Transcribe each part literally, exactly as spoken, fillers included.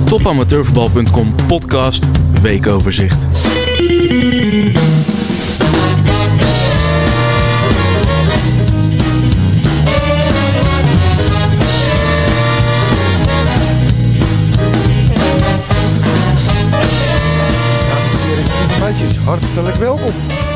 Topamateurvoetbal punt com podcast weekoverzicht. Hartelijk welkom.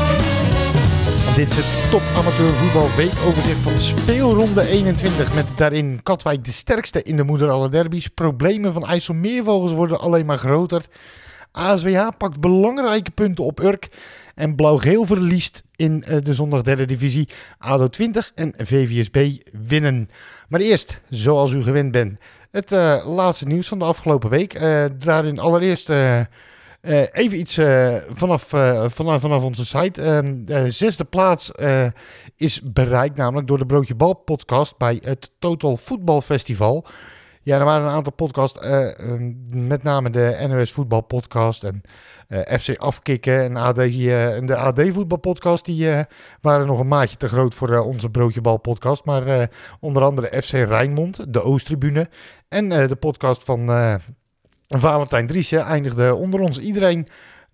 Dit is het Top Amateur Voetbal Weekoverzicht van speelronde eenentwintig. Met daarin Katwijk de sterkste in de moeder aller derbies. Problemen van IJsselmeervogels worden alleen maar groter. A S W H pakt belangrijke punten op Urk. En Blauw-Geel verliest in de zondag derde divisie. A D O twintig en V V S B winnen. Maar eerst, zoals u gewend bent, het uh, laatste nieuws van de afgelopen week. Uh, daarin allereerst... Uh, Uh, even iets uh, vanaf, uh, vanaf, vanaf onze site. Uh, de zesde plaats uh, is bereikt, namelijk door de Broodje Bal podcast bij het Total Voetbal Festival. Ja, er waren een aantal podcasts, uh, uh, met name de N O S Voetbal podcast en uh, F C Afkikken en, A D, uh, en de A D Voetbal podcast. Die uh, waren nog een maatje te groot voor uh, onze Broodje Bal podcast. Maar uh, onder andere F C Rijnmond, de Oosttribune en uh, de podcast van... Uh, Valentijn Driessen eindigde onder ons. Iedereen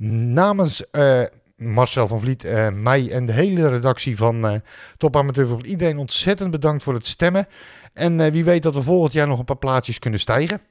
namens uh, Marcel van Vliet, uh, mij en de hele redactie van uh, Top Amateur Voetbal. Iedereen ontzettend bedankt voor het stemmen. En uh, wie weet dat we volgend jaar nog een paar plaatsjes kunnen stijgen.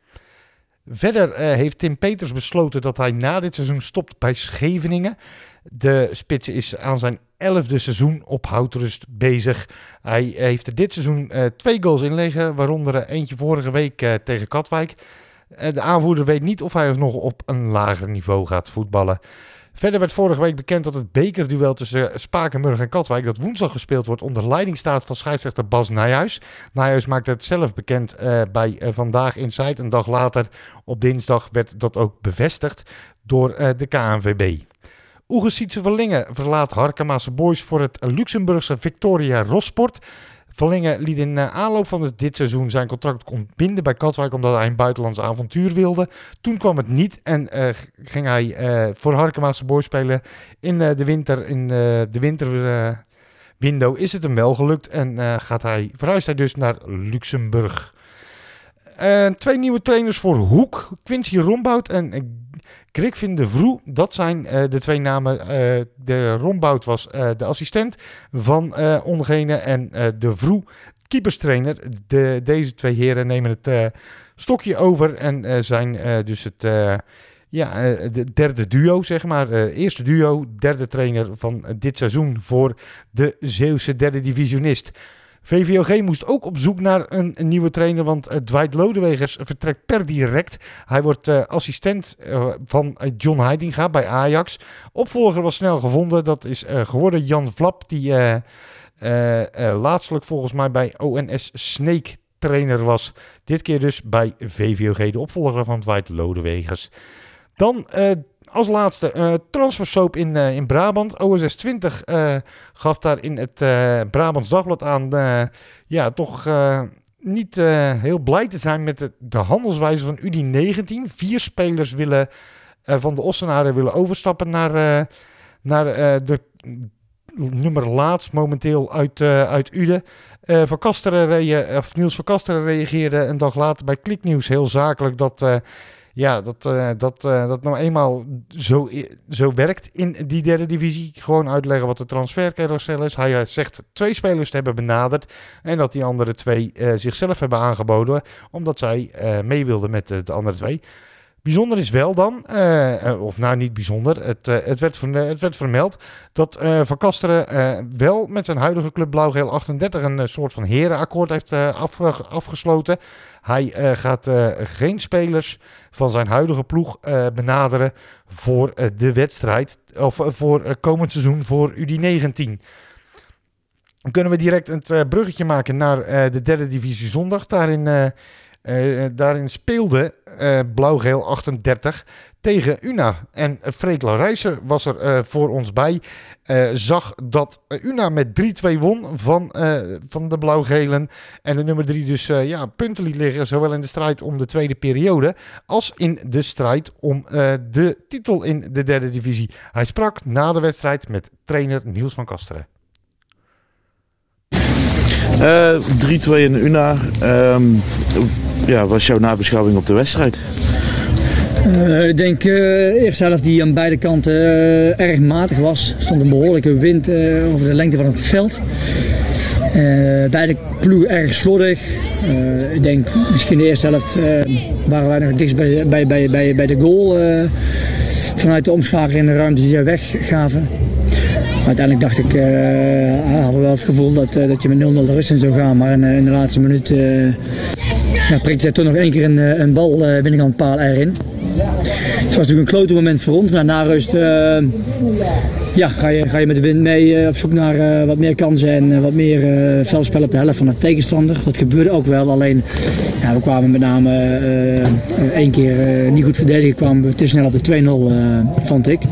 Verder uh, heeft Tim Peters besloten dat hij na dit seizoen stopt bij Scheveningen. De spits is aan zijn elfde seizoen op houtrust bezig. Hij heeft er dit seizoen uh, twee goals in liggen, waaronder uh, eentje vorige week uh, tegen Katwijk. De aanvoerder weet niet of hij nog op een lager niveau gaat voetballen. Verder werd vorige week bekend dat het bekerduel tussen Spakenburg en Katwijk, dat woensdag gespeeld wordt, onder leiding staat van scheidsrechter Bas Nijhuis. Nijhuis maakte het zelf bekend uh, bij uh, Vandaag Inside. Een dag later, op dinsdag, werd dat ook bevestigd door uh, de K N V B. Oege Sietse Verlingen verlaat Harkemaanse Boys voor het Luxemburgse Victoria Rosport. Verlingen liet in uh, aanloop van dit seizoen zijn contract ontbinden bij Katwijk omdat hij een buitenlands avontuur wilde. Toen kwam het niet en uh, ging hij uh, voor Harkemaanse Boys spelen. In uh, de winter, in uh, de winterwindow uh, is het hem wel gelukt en uh, gaat hij, verhuist hij dus naar Luxemburg. Uh, twee nieuwe trainers voor Hoek, Quincy Rombout en uh, Grigvin de Vroe, dat zijn uh, de twee namen. Uh, de Rombout was uh, de assistent van uh, Ongene en uh, de Vroe keeperstrainer. De, deze twee heren nemen het uh, stokje over en uh, zijn uh, dus het uh, ja, uh, de derde duo, zeg maar. Uh, eerste duo, derde trainer van uh, dit seizoen voor de Zeeuwse derde divisionist. V V O G moest ook op zoek naar een, een nieuwe trainer, want uh, Dwight Lodewegers vertrekt per direct. Hij wordt uh, assistent uh, van uh, John Heidinga bij Ajax. Opvolger was snel gevonden, dat is uh, geworden Jan Vlap, die uh, uh, uh, laatstelijk volgens mij bij O N S Sneek trainer was. Dit keer dus bij V V O G, de opvolger van Dwight Lodewegers. Dan... Uh, Als laatste uh, transfersoap in, uh, in Brabant. O S S twintig uh, gaf daar in het uh, Brabants Dagblad aan uh, ja, toch uh, niet uh, heel blij te zijn met de, de handelswijze van U D negentien. Vier spelers willen, uh, van de Ossenaren willen overstappen naar, uh, naar uh, de nummer laatst momenteel uit, uh, uit Uden. Uh, van Kasteren rea- of Niels van Kasteren reageerde een dag later bij Kliknieuws heel zakelijk dat... Uh, Ja, dat, uh, dat, uh, dat nou eenmaal zo, zo werkt in die derde divisie. Gewoon uitleggen wat de transfercarousel is. Hij uh, zegt twee spelers te hebben benaderd. En dat die andere twee uh, zichzelf hebben aangeboden. Omdat zij uh, mee wilden met uh, de andere twee. Bijzonder is wel dan, uh, of nou niet bijzonder, het, uh, het, werd, ver, het werd vermeld dat uh, Van Kasteren uh, wel met zijn huidige club Blauw-Geel achtendertig een uh, soort van herenakkoord heeft uh, af, uh, afgesloten. Hij uh, gaat uh, geen spelers van zijn huidige ploeg uh, benaderen voor uh, de wedstrijd, of uh, voor uh, komend seizoen voor U D negentien. Dan kunnen we direct een uh, bruggetje maken naar uh, de derde divisie zondag. Daarin... Uh, Uh, daarin speelde uh, Blauw-Geel achtendertig tegen Una. En uh, Freek Laurijsen was er uh, voor ons bij. Uh, zag dat uh, Una met drie twee won van, uh, van de Blauw-Gelen. En de nummer drie dus uh, ja, punten liet liggen. Zowel in de strijd om de tweede periode als in de strijd om uh, de titel in de derde divisie. Hij sprak na de wedstrijd met trainer Niels van Kasteren. Uh, drie twee in Una. Um, ja, wat was jouw nabeschouwing op de wedstrijd? Uh, ik denk uh, de eerste helft die aan beide kanten uh, erg matig was. Er stond een behoorlijke wind uh, over de lengte van het veld. Uh, beide ploegen erg slordig. Uh, ik denk misschien de eerste helft uh, waren wij nog dichtst bij, bij, bij, bij, bij de goal. Uh, vanuit de omschakeling in de ruimte die zij weggaven. Maar uiteindelijk dacht ik, uh, hadden we wel het gevoel dat, uh, dat je met nul nul de rust in zou gaan. Maar in, uh, in de laatste minuut uh, ja, prikte zij toch nog één keer een, een bal uh, binnenkant paal erin. Het was natuurlijk een klote moment voor ons. Na, na rust uh, ja, ga, je, ga je met de wind mee uh, op zoek naar uh, wat meer kansen en uh, wat meer uh, veldspel op de helft van de tegenstander. Dat gebeurde ook wel, alleen ja, we kwamen met name uh, één keer uh, niet goed verdedigen, kwamen we te snel op de twee nul, uh, vond ik.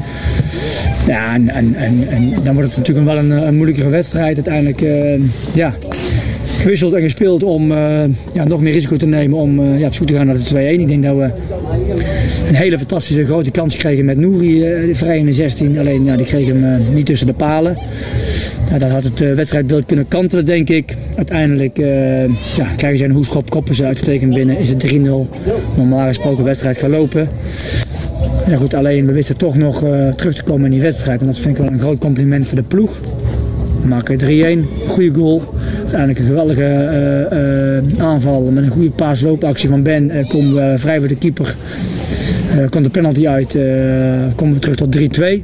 Ja, en, en, en, en dan wordt het natuurlijk wel een, een moeilijkere wedstrijd. Uiteindelijk uh, ja, gewisseld en gespeeld om uh, ja, nog meer risico te nemen om uh, ja, op zoek te gaan naar de twee-een. Ik denk dat we een hele fantastische grote kans kregen met Nouri uh, vrij in de zestien. Alleen ja, die kregen hem uh, niet tussen de palen. Ja, dan had het uh, wedstrijdbeeld kunnen kantelen, denk ik. Uiteindelijk uh, ja, krijgen ze een hoeschop, koppen ze uitstekend binnen. Is het drie nul. Normaal gesproken wedstrijd gelopen. Ja, goed, alleen we wisten toch nog uh, terug te komen in die wedstrijd. En dat vind ik wel een groot compliment voor de ploeg. We maken drie-een, goede goal. Uiteindelijk een geweldige uh, uh, aanval met een goede paasloopactie van Ben. Uh, komen we vrij voor de keeper. Uh, komt de penalty uit, uh, komen we terug tot drie-twee.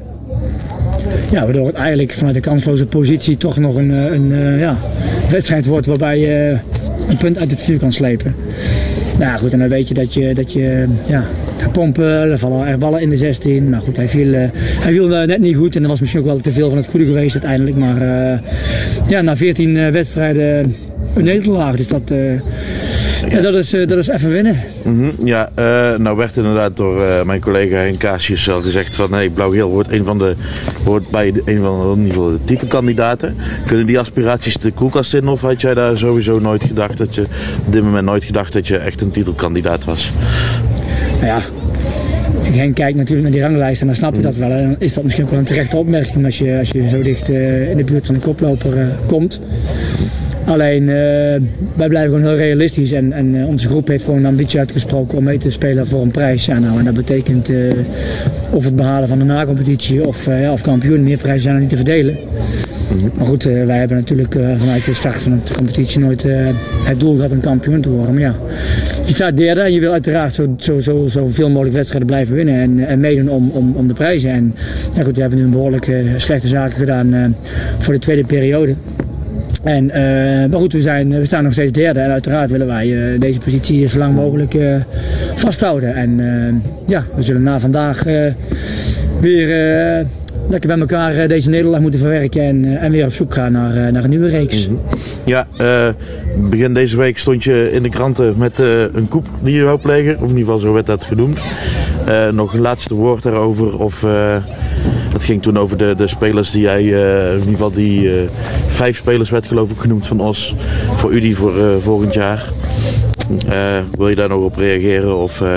Ja, waardoor het eigenlijk vanuit de kansloze positie toch nog een, een, een ja, wedstrijd wordt waarbij je uh, een punt uit het vuur kan slepen. Nou goed, en dan weet je dat je, dat je ja, gaat pompen, er vallen er ballen in de zestien. Maar goed, hij viel, uh, hij viel uh, net niet goed en dat was misschien ook wel te veel van het goede geweest uiteindelijk. Maar uh, ja, na veertien uh, wedstrijden een nederlaag, dus dat, uh, ja, dat, is, uh, dat is even winnen. Mm-hmm, ja, uh, nou werd inderdaad door uh, mijn collega Henk Kaasjes al gezegd van hey, Blauw-Geel wordt een van de wordt bij de, een van de, in ieder geval de titelkandidaten. Kunnen die aspiraties de koelkast in of had jij daar sowieso nooit gedacht dat je op dit moment nooit gedacht dat je echt een titelkandidaat was? Nou ja, Henk kijkt natuurlijk naar die ranglijst en dan snap je dat wel. En dan is dat misschien ook wel een terechte opmerking als je, als je zo dicht uh, in de buurt van de koploper uh, komt. Alleen, uh, wij blijven gewoon heel realistisch en, en uh, onze groep heeft gewoon een ambitie uitgesproken om mee te spelen voor een prijs. Ja, nou, en dat betekent uh, of het behalen van de na-competitie of, uh, ja, of kampioen, meer prijzen zijn er niet te verdelen. Mm-hmm. Maar goed, uh, wij hebben natuurlijk uh, vanuit de start van de competitie nooit uh, het doel gehad om kampioen te worden. Maar ja, je staat derde en je wil uiteraard zo, zo, zo, zo veel mogelijk wedstrijden blijven winnen en, en meedoen om, om, om de prijzen. En ja, goed, we hebben nu een behoorlijk uh, slechte zaken gedaan uh, voor de tweede periode. En, uh, maar goed, we, zijn, we staan nog steeds derde en uiteraard willen wij uh, deze positie zo lang mogelijk uh, vasthouden. En uh, ja, we zullen na vandaag uh, weer uh, lekker bij elkaar uh, deze nederlaag moeten verwerken en, uh, en weer op zoek gaan naar, uh, naar een nieuwe reeks. Mm-hmm. Ja, uh, begin deze week stond je in de kranten met uh, een koep die je wou plegen, of in ieder geval zo werd dat genoemd. Uh, nog een laatste woord daarover of... Uh, Het ging toen over de, de spelers die jij, uh, in ieder geval die uh, vijf spelers werd geloof ik genoemd van Os voor U D I voor uh, volgend jaar. Uh, wil je daar nog op reageren? Of, uh...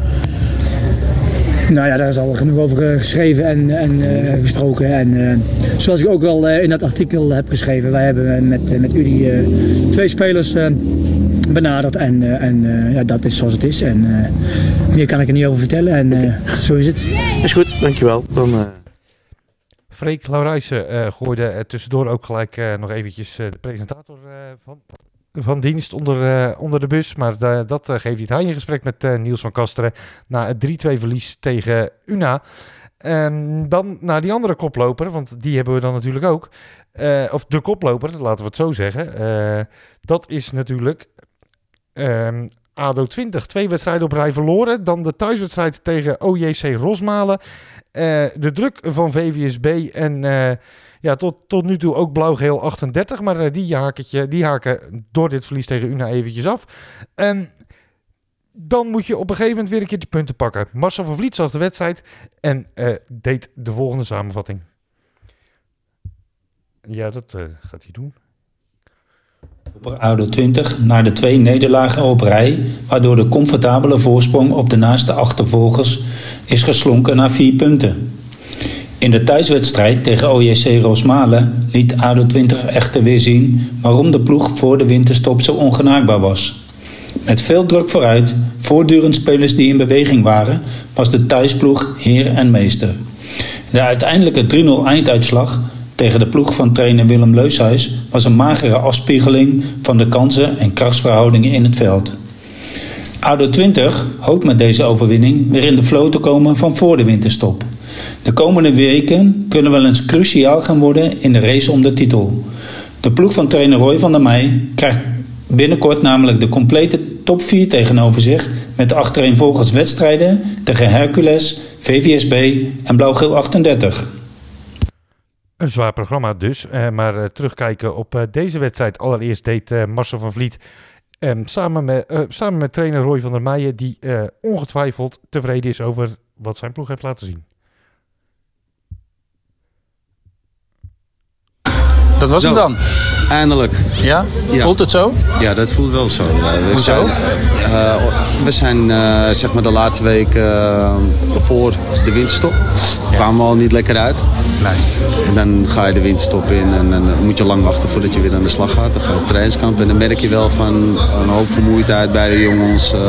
Nou ja, daar is al genoeg over geschreven en, en uh, gesproken. En uh, zoals ik ook al uh, in dat artikel heb geschreven, wij hebben met, met U D I uh, twee spelers uh, benaderd en, uh, en uh, ja, dat is zoals het is. En uh, meer kan ik er niet over vertellen en uh, zo is het. Is goed, dankjewel. Dan, uh... Freek Laurijsen uh, gooide uh, tussendoor ook gelijk uh, nog eventjes uh, de presentator uh, van, van dienst onder, uh, onder de bus. Maar uh, dat uh, geeft hij in gesprek met uh, Niels van Kasteren na het drie-twee verlies tegen U N A. Um, dan naar die andere koploper, want die hebben we dan natuurlijk ook. Uh, of de koploper, laten we het zo zeggen. Uh, dat is natuurlijk um, A D O twintig. Twee wedstrijden op rij verloren. Dan de thuiswedstrijd tegen O J C Rosmalen. Uh, de druk van V V S B en uh, ja, tot, tot nu toe ook blauw-geel achtendertig. Maar uh, die, hakertje, die haken door dit verlies tegen U N A eventjes af. Um, dan moet je op een gegeven moment weer een keer de punten pakken. Marcel van Vliet zag de wedstrijd en uh, deed de volgende samenvatting. Ja, dat uh, gaat hij doen. A D O twintig naar de twee nederlagen op rij, waardoor de comfortabele voorsprong op de naaste achtervolgers is geslonken naar vier punten. In de thuiswedstrijd tegen O J C Rosmalen liet A D O twintig echter weer zien waarom de ploeg voor de winterstop zo ongenaakbaar was. Met veel druk vooruit, voortdurend spelers die in beweging waren, was de thuisploeg heer en meester. De uiteindelijke drie nul einduitslag tegen de ploeg van trainer Willem Leushuis was een magere afspiegeling van de kansen en krachtsverhoudingen in het veld. A D O twintig hoopt met deze overwinning weer in de flow te komen van voor de winterstop. De komende weken kunnen wel eens cruciaal gaan worden in de race om de titel. De ploeg van trainer Roy van der Meij krijgt binnenkort namelijk de complete top vier tegenover zich met achtereenvolgens wedstrijden tegen Hercules, V V S B en Blauw-Geel achtendertig. Een zwaar programma dus, uh, maar uh, terugkijken op uh, deze wedstrijd. Allereerst deed uh, Marcel van Vliet um, samen, met, uh, samen met trainer Roy van der Meijen, die uh, ongetwijfeld tevreden is over wat zijn ploeg heeft laten zien. Dat was zo, hem dan. Eindelijk. Ja? Ja? Voelt het zo? Ja, dat voelt wel zo. We Hoezo? zijn, uh, we zijn uh, zeg maar de laatste week uh, voor de winterstop. Ja. Kwamen we al niet lekker uit. Nee. En dan ga je de winterstop in en dan moet je lang wachten voordat je weer aan de slag gaat. Dan ga je op trainingskamp en dan merk je wel van een hoop vermoeidheid bij de jongens. Uh,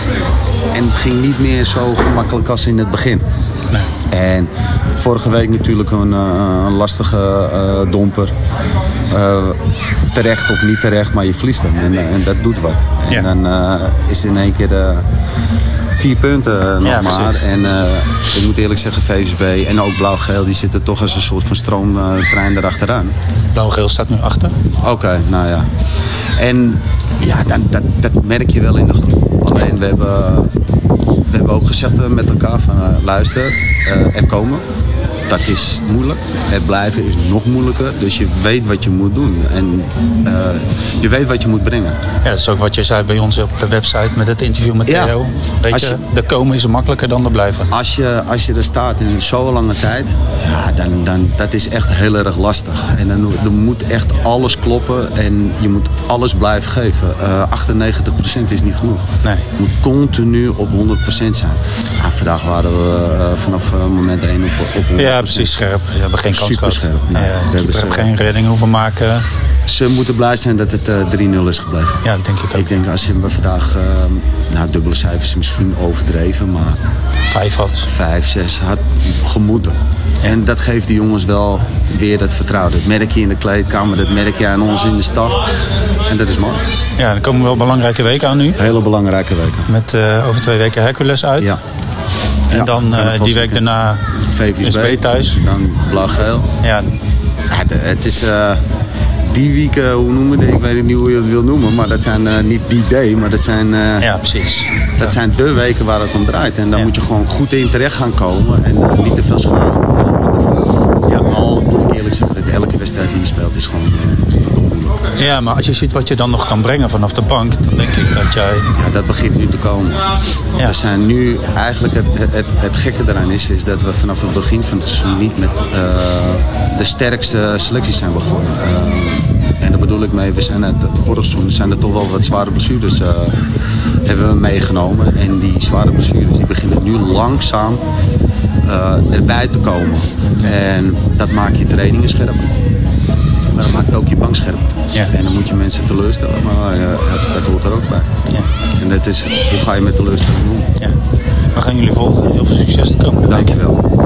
en het ging niet meer zo gemakkelijk als in het begin. Nee. En vorige week natuurlijk een, een lastige uh, domper. Uh, terecht of niet terecht, maar je verliest hem. En, uh, en dat doet wat. En ja. dan uh, is het in één keer de vier punten uh, nog ja, maar. Precies. En uh, ik moet eerlijk zeggen, V V S B en ook Blauw-Geel, die zitten toch als een soort van stroomtrein uh, erachteraan. Blauw-Geel staat nu achter. Oké, okay, nou ja. En ja, dat, dat, dat merk je wel in de groep. Alleen we hebben, we hebben ook gezegd met elkaar van uh, luister, uh, er komen. Dat is moeilijk. Het blijven is nog moeilijker. Dus je weet wat je moet doen. En uh, je weet wat je moet brengen. Ja, dat is ook wat je zei bij ons op de website met het interview met Theo. Ja, weet je, je, de komen is makkelijker dan de blijven. Als je, als je er staat in zo'n lange tijd, ja, dan, dan dat is echt heel erg lastig. En dan, dan moet echt alles kloppen en je moet alles blijven geven. Uh, achtennegentig procent is niet genoeg. Nee. Je moet continu op honderd procent zijn. Ja, vandaag waren we uh, vanaf uh, moment één op, op honderd procent. Ja, precies scherp. Ze hebben geen kans gehad. Scherp. Nee, ja, we hebben ze geen redding hoeven maken. Ze moeten blij zijn dat het uh, drie nul is gebleven. Ja, dat denk ik ook. Ik denk als je vandaag, uh, nou dubbele cijfers misschien overdreven, maar vijf had. Vijf, zes had gemoeten. Ja. En dat geeft de jongens wel weer dat vertrouwen. Dat merk je in de kleedkamer, dat merk je aan ons in de staf. En dat is mooi. Ja, er komen wel belangrijke weken aan nu. Hele belangrijke weken. Met uh, over twee weken Hercules uit. Ja. En ja, dan uh, die week daarna V V S B thuis. Dan Blauw-Geel. Ja. Ja, de, het is uh, die weken, hoe noemen we het? Ik weet niet hoe je het wil noemen, maar dat zijn uh, niet die day, maar dat zijn, uh, ja, precies. Dat ja. zijn de weken waar het om draait. En dan ja. moet je gewoon goed in terecht gaan komen en uh, niet te veel schade. Ja. Al moet ik eerlijk zeggen dat elke wedstrijd die je speelt is gewoon uh, verdomd moeilijk. Ja, maar als je ziet wat je dan nog kan brengen vanaf de bank, dan denk ik dat jij... Ja, dat begint nu te komen. Ja. We zijn nu, eigenlijk het, het, het, het gekke eraan is, is dat we vanaf het begin van het seizoen niet met uh, de sterkste selecties zijn begonnen. Uh, en daar bedoel ik mee, we zijn het, het vorig seizoen zijn er toch wel wat zware blessures uh, hebben we meegenomen. En die zware blessures die beginnen nu langzaam uh, erbij te komen. En dat maakt je trainingen scherper. Maar dat maakt ook je bank scherper. Ja. En dan moet je mensen teleurstellen, maar uh, dat, dat hoort er ook bij. Ja. En dat is, hoe ga je met teleurstelling doen? Ja. We gaan jullie volgen. Heel veel succes de komende Dank je wel.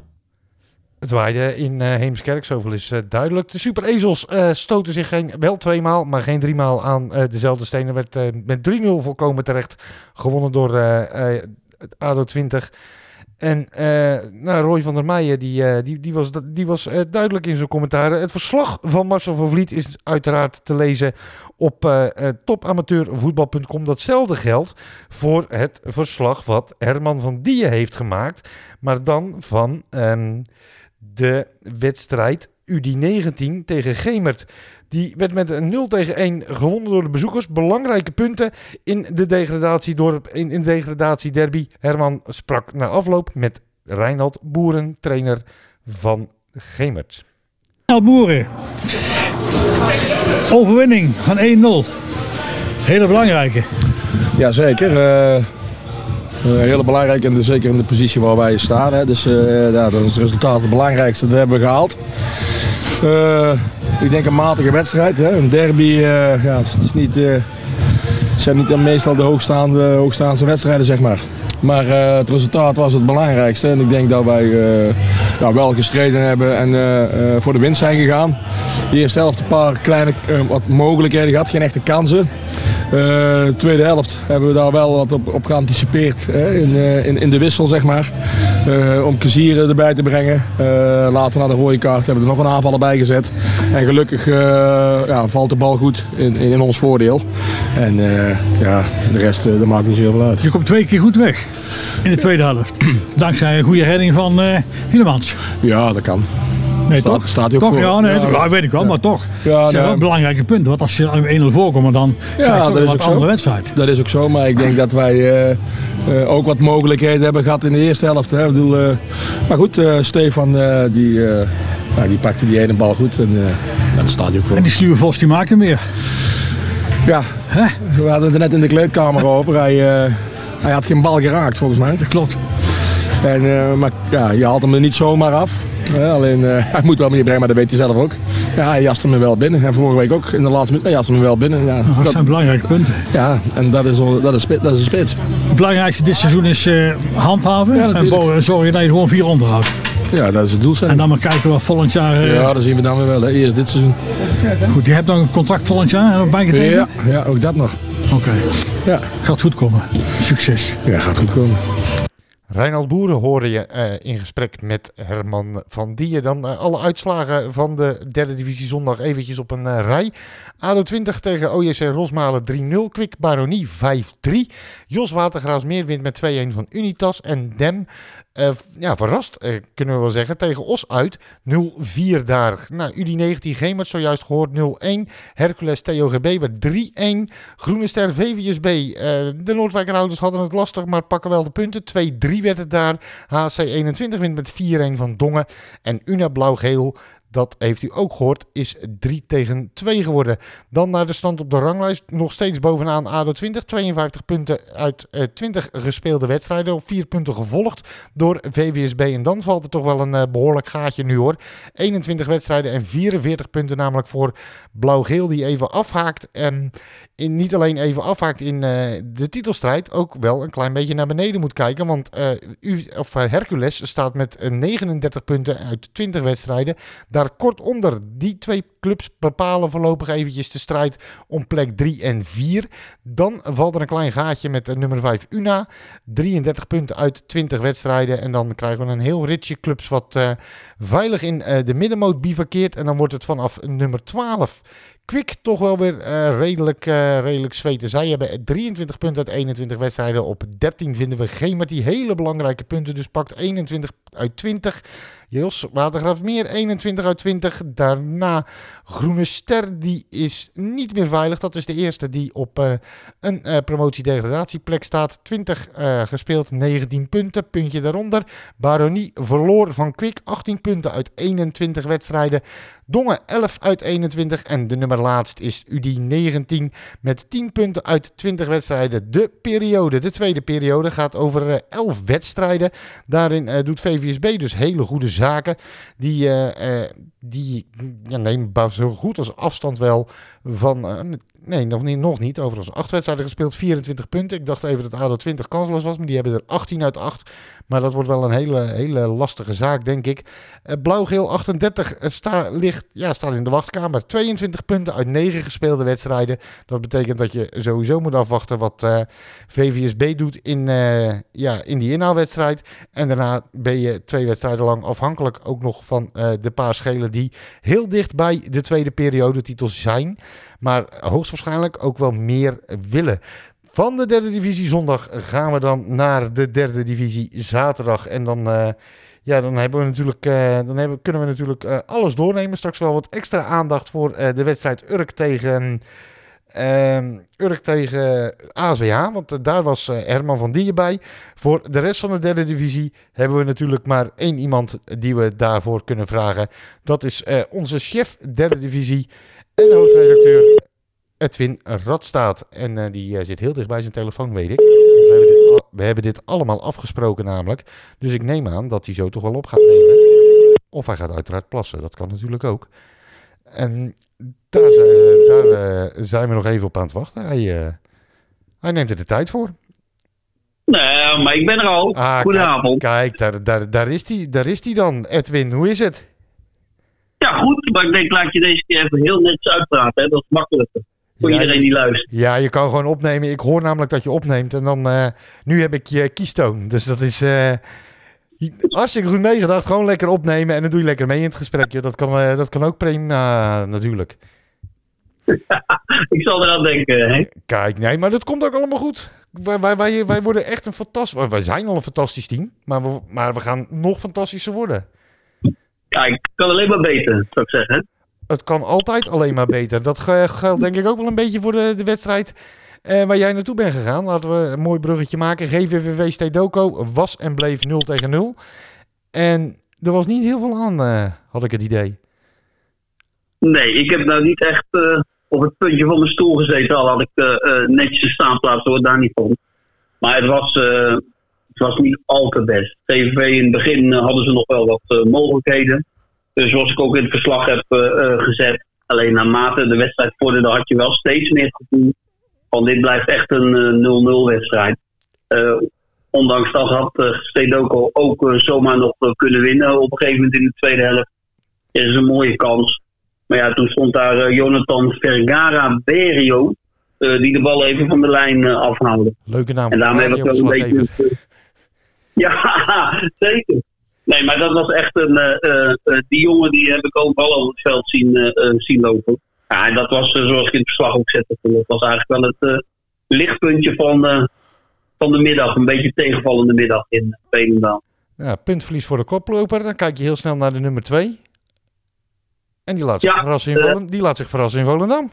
Het waaide in uh, Heemskerk, zoveel is uh, duidelijk. De Super Ezels uh, stoten zich geen, wel tweemaal, maar geen driemaal aan uh, dezelfde stenen. Werd uh, met drie nul volkomen terecht gewonnen door uh, uh, A D O twintig. En uh, nou, Roy van der Meijen die, uh, die, die was, die was uh, duidelijk in zijn commentaren. Het verslag van Marcel van Vliet is uiteraard te lezen op uh, uh, topamateurvoetbal punt com. Datzelfde geldt voor het verslag wat Herman van Dijen heeft gemaakt. Maar dan van um, de wedstrijd U D negentien tegen Gemert. Die werd met een nul tegen één gewonnen door de bezoekers. Belangrijke punten in de degradatie door, in, in de degradatiederby. Herman sprak na afloop met Reinhard Boeren, trainer van Gemert. Reinhard Boeren. Overwinning van één nul. Hele belangrijke. Jazeker. Uh, uh, hele belangrijk en zeker in de positie waar wij staan. Hè. Dus uh, ja, dat is het resultaat het belangrijkste. Dat hebben we gehaald. Uh, ik denk een matige wedstrijd. Hè. Een derby, uh, ja, het is niet, uh, zijn niet meestal de hoogstaande, hoogstaande wedstrijden, zeg maar. Maar uh, het resultaat was het belangrijkste. En ik denk dat wij uh, nou, wel gestreden hebben en uh, uh, voor de winst zijn gegaan. De eerste helft een paar kleine uh, wat mogelijkheden gehad, geen echte kansen. De uh, tweede helft hebben we daar wel wat op, op geanticipeerd hè, in, uh, in, in de wissel, zeg maar. Uh, om Kessier erbij te brengen. Uh, later na de rode kaart hebben we er nog een aanvaller bij gezet. En gelukkig uh, ja, valt de bal goed in, in, in ons voordeel. En uh, ja, de rest uh, dat maakt niet zoveel uit. Je komt twee keer goed weg in de tweede helft. Dankzij een goede redding van uh, Tielemans. Ja, dat kan. Nee, staat, toch? Staat hij ook toch, voor. Ja, nee, ja, dat weet ik wel, ja. Maar toch. Ja, dat zijn nee. wel belangrijke punten. Want als je één nul voorkomt, dan ja, krijg je toch dat is een ook wat andere zo. wedstrijd. Dat is ook zo, maar ik denk dat wij uh, uh, ook wat mogelijkheden hebben gehad in de eerste helft. Hè. Ik bedoel, uh, maar goed, uh, Stefan uh, die, uh, nou, die pakte die ene bal goed en uh, dat staat hij ook voor. En die sluwe Vos die maken meer. Ja, Hè? We hadden het er net in de kleedkamer over. Hij, uh, hij had geen bal geraakt volgens mij. Dat klopt. En, uh, maar ja, je haalt hem er niet zomaar af. Ja, alleen uh, hij moet wel meer brengen, maar dat weet hij zelf ook. Ja, hij jaste me wel binnen. En vorige week ook in de laatste minuut, hij jaste me wel binnen. Ja, dat, dat zijn belangrijke punten. Ja, en dat is, dat is, dat is een spits. Het belangrijkste dit seizoen is uh, handhaven. Ja, en zorgen dat je gewoon vier onderhoudt. Ja, dat is het doelstelling. En dan maar kijken wat volgend jaar... Uh... Ja, dat zien we dan weer wel. Hè. Eerst dit seizoen. Goed, je hebt nog een contract volgend jaar en nog bijgetekend? Ja, ja, ook dat nog. Oké. Okay. Ja. Gaat goed komen. Succes. Ja, gaat goed komen. Reinald Boeren hoorde je uh, in gesprek met Herman van Dieren. Dan uh, alle uitslagen van de derde divisie zondag eventjes op een uh, rij. A D O twintig tegen O J C Rosmalen drie nul. Kwik Baronie vijf drie. Jos Watergraafsmeer wint met twee een van Unitas. En Dem, uh, ja, verrast uh, kunnen we wel zeggen, tegen Os uit nul vier daar. Nou, U D negentien Gemert zojuist gehoord nul een. Hercules T O G B werd drie een. Groene Ster V V S B. Uh, de Noordwijkerouders hadden het lastig, maar pakken wel de punten. twee drie werd het daar. H C eenentwintig wint met vier een van Dongen. En Una Blauw-Geel, dat heeft u ook gehoord, is drie tegen twee geworden. Dan naar de stand op de ranglijst. Nog steeds bovenaan A D O twintig. tweeënvijftig punten uit uh, twintig gespeelde wedstrijden. Op vier punten gevolgd door V V S B. En dan valt er toch wel een uh, behoorlijk gaatje nu hoor. eenentwintig wedstrijden en vierenveertig punten namelijk voor Blauw-Geel die even afhaakt. En in, niet alleen even afhaakt in uh, de titelstrijd. Ook wel een klein beetje naar beneden moet kijken. Want uh, U, of, uh, Hercules staat met uh, negenendertig punten uit twintig wedstrijden. Daar kort onder. Die twee clubs bepalen voorlopig eventjes de strijd om plek drie en vier. Dan valt er een klein gaatje met uh, nummer vijf Una. drieëndertig punten uit twintig wedstrijden. En dan krijgen we een heel ritje clubs wat uh, veilig in uh, de middenmoot bivakkeert. En dan wordt het vanaf nummer twaalf... Kwik toch wel weer uh, redelijk, uh, redelijk zweten. Zij hebben drieëntwintig punten uit eenentwintig wedstrijden. Op dertien vinden we Gemert die hele belangrijke punten. Dus pakt eenentwintig uit twintig. Jos Watergraafsmeer eenentwintig uit twintig. Daarna Groene Ster, die is niet meer veilig. Dat is de eerste die op uh, een uh, promotie-degradatieplek staat. twintig uh, gespeeld, negentien punten. Puntje daaronder. Baronie verloor van Kwik. achttien punten uit eenentwintig wedstrijden. Dongen elf uit eenentwintig. En de nummer laatst is U D negentien met tien punten uit twintig wedstrijden. De periode, de tweede periode, gaat over uh, elf wedstrijden. Daarin uh, doet V V S B dus hele goede zaken. Die, uh, uh, die ja, nemen zo goed als afstand wel van... Uh, nee, nog niet, nog niet. Overigens acht wedstrijden gespeeld, vierentwintig punten. Ik dacht even dat A D O twintig kansloos was, maar die hebben er achttien uit acht. Maar dat wordt wel een hele, hele lastige zaak, denk ik. Uh, Blauw-Geel achtendertig sta, ligt, ja, staat in de wachtkamer. tweeëntwintig punten uit negen gespeelde wedstrijden. Dat betekent dat je sowieso moet afwachten wat uh, V V S B doet in, uh, ja, in die inhaalwedstrijd. En daarna ben je twee wedstrijden lang afhankelijk ook nog van uh, de paar schelen die heel dicht bij de tweede periodetitel zijn. Maar hoogstwaarschijnlijk ook wel meer willen. Van de derde divisie zondag gaan we dan naar de derde divisie zaterdag. En dan, uh, ja, dan, hebben we natuurlijk, uh, dan hebben, kunnen we natuurlijk uh, alles doornemen. Straks wel wat extra aandacht voor uh, de wedstrijd Urk tegen, uh, Urk tegen A S W H. Want uh, daar was uh, Herman van Dieren bij. Voor de rest van de derde divisie hebben we natuurlijk maar één iemand die we daarvoor kunnen vragen. Dat is uh, onze chef derde divisie en hoofdredacteur Edwin Radstaat. En uh, die uh, zit heel dicht bij zijn telefoon, weet ik. Want we hebben, dit al, we hebben dit allemaal afgesproken namelijk. Dus ik neem aan dat hij zo toch wel op gaat nemen. Of hij gaat uiteraard plassen, dat kan natuurlijk ook. En daar, uh, daar uh, zijn we nog even op aan het wachten. Hij, uh, Hij neemt er de tijd voor. Nee, maar ik ben er al. Ah, Goedenavond. Kijk, kijk daar, daar, daar, is die, daar is die dan. Edwin, hoe is het? Ja, goed. Maar ik denk, laat je deze keer even heel netjes uitpraten. Hè? Dat is makkelijker. Voor ja, iedereen die luistert. Ja, je kan gewoon opnemen. Ik hoor namelijk dat je opneemt. En dan, uh, nu heb ik je kiestoon. Dus dat is uh, hartstikke goed meegedacht. Gewoon lekker opnemen en dan doe je lekker mee in het gesprekje. Dat kan, uh, dat kan ook prima, uh, natuurlijk. Ik zal eraan denken, hè? Kijk, nee, maar dat komt ook allemaal goed. Wij, wij, wij, wij worden echt een fantastisch... Wij zijn al een fantastisch team. Maar we, maar we gaan nog fantastischer worden. Kijk, het kan alleen maar beter, zou ik zeggen. Het kan altijd alleen maar beter. Dat geldt denk ik ook wel een beetje voor de, de wedstrijd uh, waar jij naartoe bent gegaan. Laten we een mooi bruggetje maken. G V V V Stedoco was en bleef nul tegen nul. En er was niet heel veel aan, uh, had ik het idee. Nee, ik heb nou niet echt uh, op het puntje van mijn stoel gezeten. Al had ik uh, uh, netjes een staanplaats, hoor, daar niet van. Maar het was, uh, het was niet al te best. G V V in het begin uh, hadden ze nog wel wat uh, mogelijkheden. Dus zoals ik ook in het verslag heb uh, uh, gezet. Alleen naarmate de wedstrijd vorderde had je wel steeds meer het gevoel van dit blijft echt een uh, nul nul wedstrijd. Uh, ondanks dat had uh, Stedoco ook uh, zomaar nog uh, kunnen winnen op een gegeven moment in de tweede helft. Er is een mooie kans. Maar ja, toen stond daar uh, Jonathan Vergara Berio, uh, die de bal even van de lijn uh, afhaalde. Leuke naam. En daarmee was het wel een beetje... Uh, ja, zeker. Nee, maar dat was echt een... Uh, uh, die jongen die heb ik overal over het veld zien, uh, uh, zien lopen. Ja, en dat was, uh, zoals ik in het verslag ook zette, dat was eigenlijk wel het uh, lichtpuntje van, uh, van de middag. Een beetje tegenvallende middag in Veenendaal. Ja, puntverlies voor de koploper. Dan kijk je heel snel naar de nummer twee. En die laat zich, ja, verrassen, in Volendam. Uh, die laat zich verrassen in Volendam.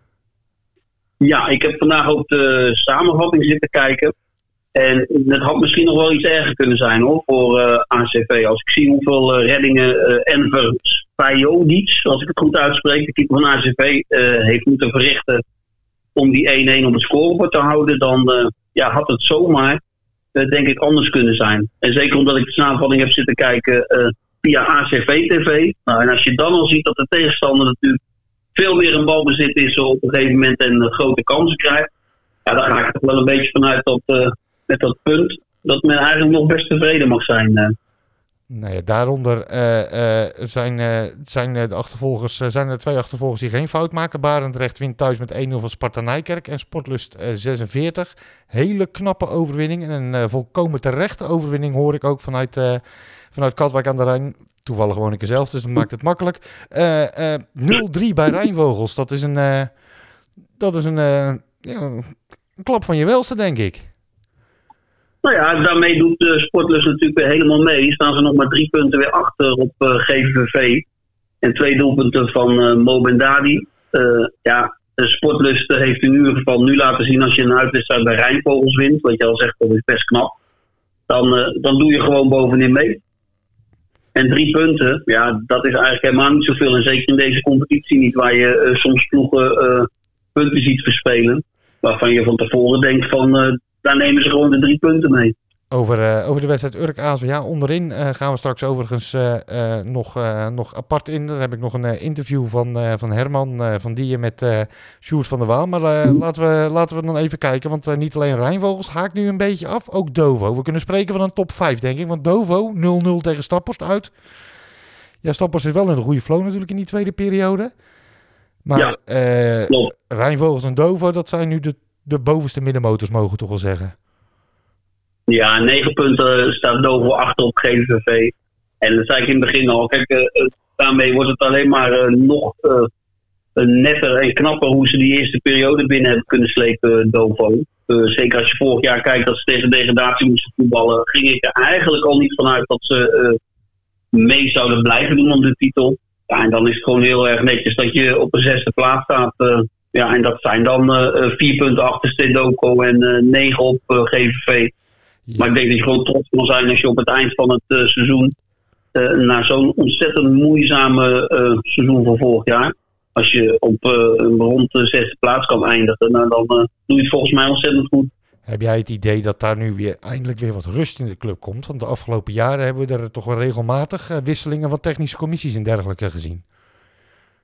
Ja, ik heb vandaag ook de samenvatting zitten kijken. En het had misschien nog wel iets erger kunnen zijn, hoor, voor uh, A C V. Als ik zie hoeveel uh, reddingen uh, Enver Spajodic, als ik het goed uitspreek, de keeper van A C V, uh, heeft moeten verrichten om die één één op het scorebord te houden, dan uh, ja, had het zomaar, uh, denk ik, anders kunnen zijn. En zeker omdat ik de samenvatting heb zitten kijken uh, via A C V T V. Nou, en als je dan al ziet dat de tegenstander natuurlijk veel meer een balbezit is op een gegeven moment en uh, grote kansen krijgt, ja, dan ga ik er wel een beetje vanuit dat... Uh, met dat punt dat men eigenlijk nog best tevreden mag zijn. Uh. Nou ja, daaronder uh, uh, zijn, uh, zijn de achtervolgers, uh, zijn er twee achtervolgers die geen fout maken. Barendrecht wint thuis met één nul van Sparta Nijkerk en Sportlust uh, zesenveertig. Hele knappe overwinning en een uh, volkomen terechte overwinning hoor ik ook vanuit, uh, vanuit Katwijk aan de Rijn. Toevallig woon ik er zelf, dus dat maakt het makkelijk. Uh, uh, nul drie bij Rijnvogels, dat is een, uh, dat is een, uh, ja, een klap van je welste, denk ik. Nou ja, daarmee doet de Sportlust natuurlijk weer helemaal mee. Staan ze nog maar drie punten weer achter op uh, G V V. En twee doelpunten van uh, Mo Bendadi. Uh, ja, de Sportlust heeft in ieder geval nu laten zien als je een uitwedstrijd bij Rijnvogels wint. Wat je al zegt, dat is best knap. Dan, uh, dan doe je gewoon bovenin mee. En drie punten, ja, dat is eigenlijk helemaal niet zoveel. En zeker in deze competitie niet, waar je uh, soms ploegen uh, punten ziet verspelen. Waarvan je van tevoren denkt van... Uh, daar nemen ze gewoon de drie punten mee. Over, uh, over de wedstrijd Urk A Z W. Ja, onderin uh, gaan we straks overigens uh, uh, nog, uh, nog apart in. Daar heb ik nog een uh, interview van, uh, van Herman uh, van Dieën met uh, Sjoerd van der Waal. Maar uh, laten, we, laten we dan even kijken. Want uh, niet alleen Rijnvogels haakt nu een beetje af. Ook Dovo. We kunnen spreken van een top vijf, denk ik. Want Dovo nul nul tegen Staphorst uit. Ja, Staphorst is wel in een goede flow natuurlijk in die tweede periode. Maar ja, uh, Rijnvogels en Dovo, dat zijn nu de De bovenste middenmotors, mogen we toch wel zeggen. Ja, negen punten staat Dovo achter op G V V. En dat zei ik in het begin al. Kijk, uh, daarmee wordt het alleen maar uh, nog uh, netter en knapper hoe ze die eerste periode binnen hebben kunnen slepen, Dovo. Uh, zeker als je vorig jaar kijkt dat ze tegen degradatie moesten voetballen, ging ik er eigenlijk al niet vanuit dat ze uh, mee zouden blijven doen om de titel. Ja, en dan is het gewoon heel erg netjes dat je op de zesde plaats staat. Uh, Ja, en dat zijn dan uh, vier punten achter Stedoco en uh, negen op uh, G V V. Ja. Maar ik denk dat je gewoon trots kan zijn als je op het eind van het uh, seizoen, uh, na zo'n ontzettend moeizame uh, seizoen van vorig jaar, als je op uh, een rond de zesde plaats kan eindigen, nou, dan uh, doe je het volgens mij ontzettend goed. Heb jij het idee dat daar nu weer eindelijk weer wat rust in de club komt? Want de afgelopen jaren hebben we er toch wel regelmatig uh, wisselingen van technische commissies en dergelijke gezien.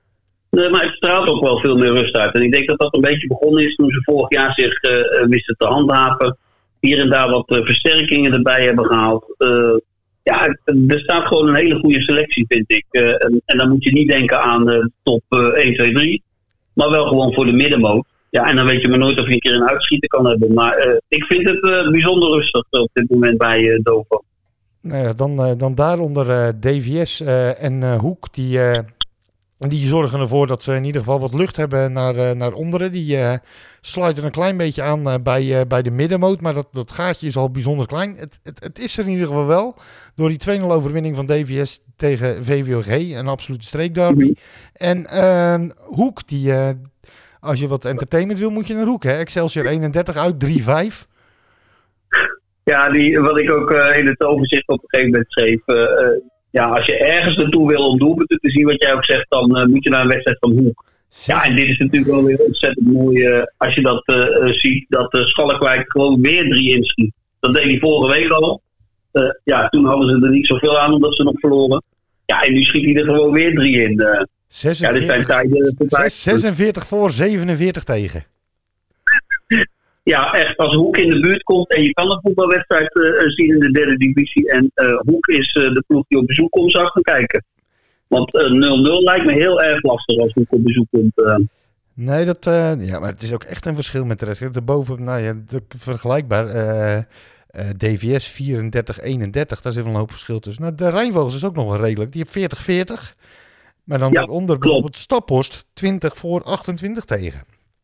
Nee, maar het straalt ook wel veel meer rust uit. En ik denk dat dat een beetje begonnen is toen ze vorig jaar zich uh, wisten te handhaven. Hier en daar wat uh, versterkingen erbij hebben gehaald. Uh, ja, er staat gewoon een hele goede selectie, vind ik. Uh, en, en dan moet je niet denken aan de top uh, één, twee, drie. Maar wel gewoon voor de middenmoot. Ja, en dan weet je maar nooit of je een keer een uitschieter kan hebben. Maar uh, ik vind het uh, bijzonder rustig op dit moment bij uh, Dovo. Nou ja, dan, uh, dan daaronder uh, D V S uh, en uh, Hoek. Die, uh, die zorgen ervoor dat ze in ieder geval wat lucht hebben naar, uh, naar onderen. Die uh, sluiten een klein beetje aan uh, bij, uh, bij de middenmoot. Maar dat, dat gaatje is al bijzonder klein. Het, het, het is er in ieder geval wel. Door die twee nul overwinning van D V S tegen V V O G. Een absolute streekderby. Mm-hmm. En uh, Hoek, die... Uh, als je wat entertainment wil, moet je naar Hoek. Hè? Excelsior eenendertig uit drie vijf. Ja, die, wat ik ook uh, in het overzicht op een gegeven moment schreef. Uh, uh, ja, als je ergens naartoe wil om doelpunten te zien, wat jij ook zegt, dan uh, moet je naar een wedstrijd van Hoek. Ja, en dit is natuurlijk wel weer ontzettend mooi uh, als je dat uh, ziet, dat uh, Schalkwijk gewoon weer drie inschiet. Dat deed hij vorige week al. Uh, ja, toen hadden ze er niet zoveel aan omdat ze nog verloren. Ja, en nu schiet hij er gewoon weer drie in. Uh, zesenveertig, ja, dit zijn tijden, zesenveertig voor, zevenenveertig tegen. Ja, echt. Als Hoek in de buurt komt en je kan een voetbalwedstrijd uh, zien in de derde divisie. En uh, Hoek is uh, de ploeg die op bezoek komt, zou ik gaan kijken. Want uh, nul nul lijkt me heel erg lastig als Hoek op bezoek komt. Uh. Nee, dat, uh, ja, maar het is ook echt een verschil met de rest. Daarboven, nou ja, de, vergelijkbaar. Uh, uh, D V S vierendertig eenendertig, daar zit wel een hoop verschil tussen. Nou, de Rijnvogels is ook nog wel redelijk. Die heeft veertig veertig. Maar dan ja, daaronder bijvoorbeeld Staphorst twintig voor achtentwintig tegen.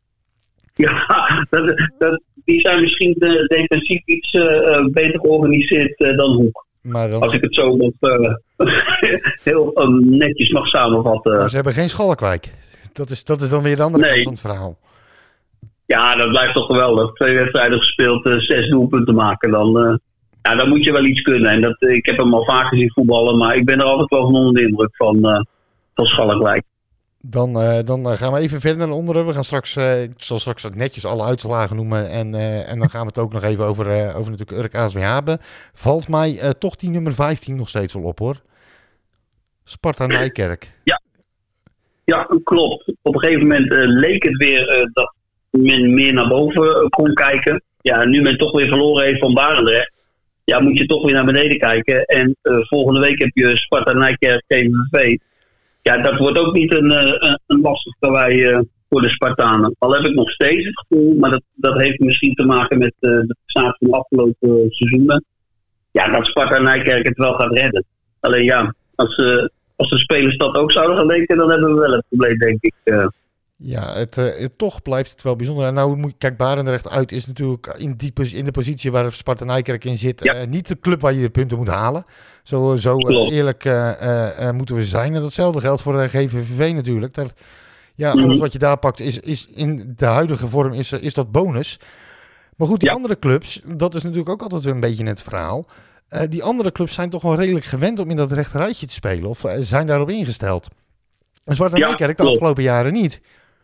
Ja, dat, dat, die zijn misschien de, defensief iets uh, beter georganiseerd uh, dan Hoek. Maar dan... Als ik het zo nog uh, heel uh, netjes mag samenvatten. Maar ze hebben geen Schalkwijk. Dat is, dat is dan weer de andere nee. kant van het verhaal. Ja, dat blijft toch geweldig. Twee wedstrijden gespeeld, uh, zes doelpunten maken. Dan, uh, ja, dan moet je wel iets kunnen. En dat, uh, ik heb hem al vaker gezien voetballen, maar ik ben er altijd wel van onder de indruk van, uh, van Schalkwijk. Dan, uh, dan uh, gaan we even verder naar onderen. We gaan straks, uh, ik zal straks netjes alle uitslagen noemen. En, uh, en dan gaan we het ook nog even over, uh, over natuurlijk Urk A S W hebben. Valt mij uh, toch die nummer vijftien nog steeds wel op, hoor. Sparta Nijkerk. Ja, ja klopt. Op een gegeven moment uh, leek het weer uh, dat men meer naar boven uh, kon kijken. Ja, nu men toch weer verloren heeft van Barendrecht. Ja, moet je toch weer naar beneden kijken. En uh, volgende week heb je Sparta Nijkerk G V V. Ja, dat wordt ook niet een, een, een lastig karwei uh, voor de Spartanen. Al heb ik nog steeds het gevoel, maar dat, dat heeft misschien te maken met uh, de prestatie van de afgelopen uh, seizoenen. Ja, dat Sparta Nijkerk het wel gaat redden. Alleen ja, als, uh, als de spelers dat ook zouden gaan denken, dan hebben we wel het probleem, denk ik. Uh. Ja, het, uh, het, toch blijft het wel bijzonder. En nou, moet, kijk, Barendrecht uit is natuurlijk in, die, in de positie waar Sparta Nijkerk in zit. Ja. Uh, niet de club waar je de punten moet halen. Zo, zo uh, eerlijk uh, uh, uh, moeten we zijn. En datzelfde geldt voor uh, G V V natuurlijk. Daar, ja, mm-hmm. Alles wat je daar pakt is, is in de huidige vorm is, is dat bonus. Maar goed, die ja. andere clubs, dat is natuurlijk ook altijd een beetje het verhaal. Uh, die andere clubs zijn toch wel redelijk gewend om in dat rechterrijtje te spelen. Of uh, zijn daarop ingesteld. En Sparta ja, Nijkerk de klopt. afgelopen jaren niet.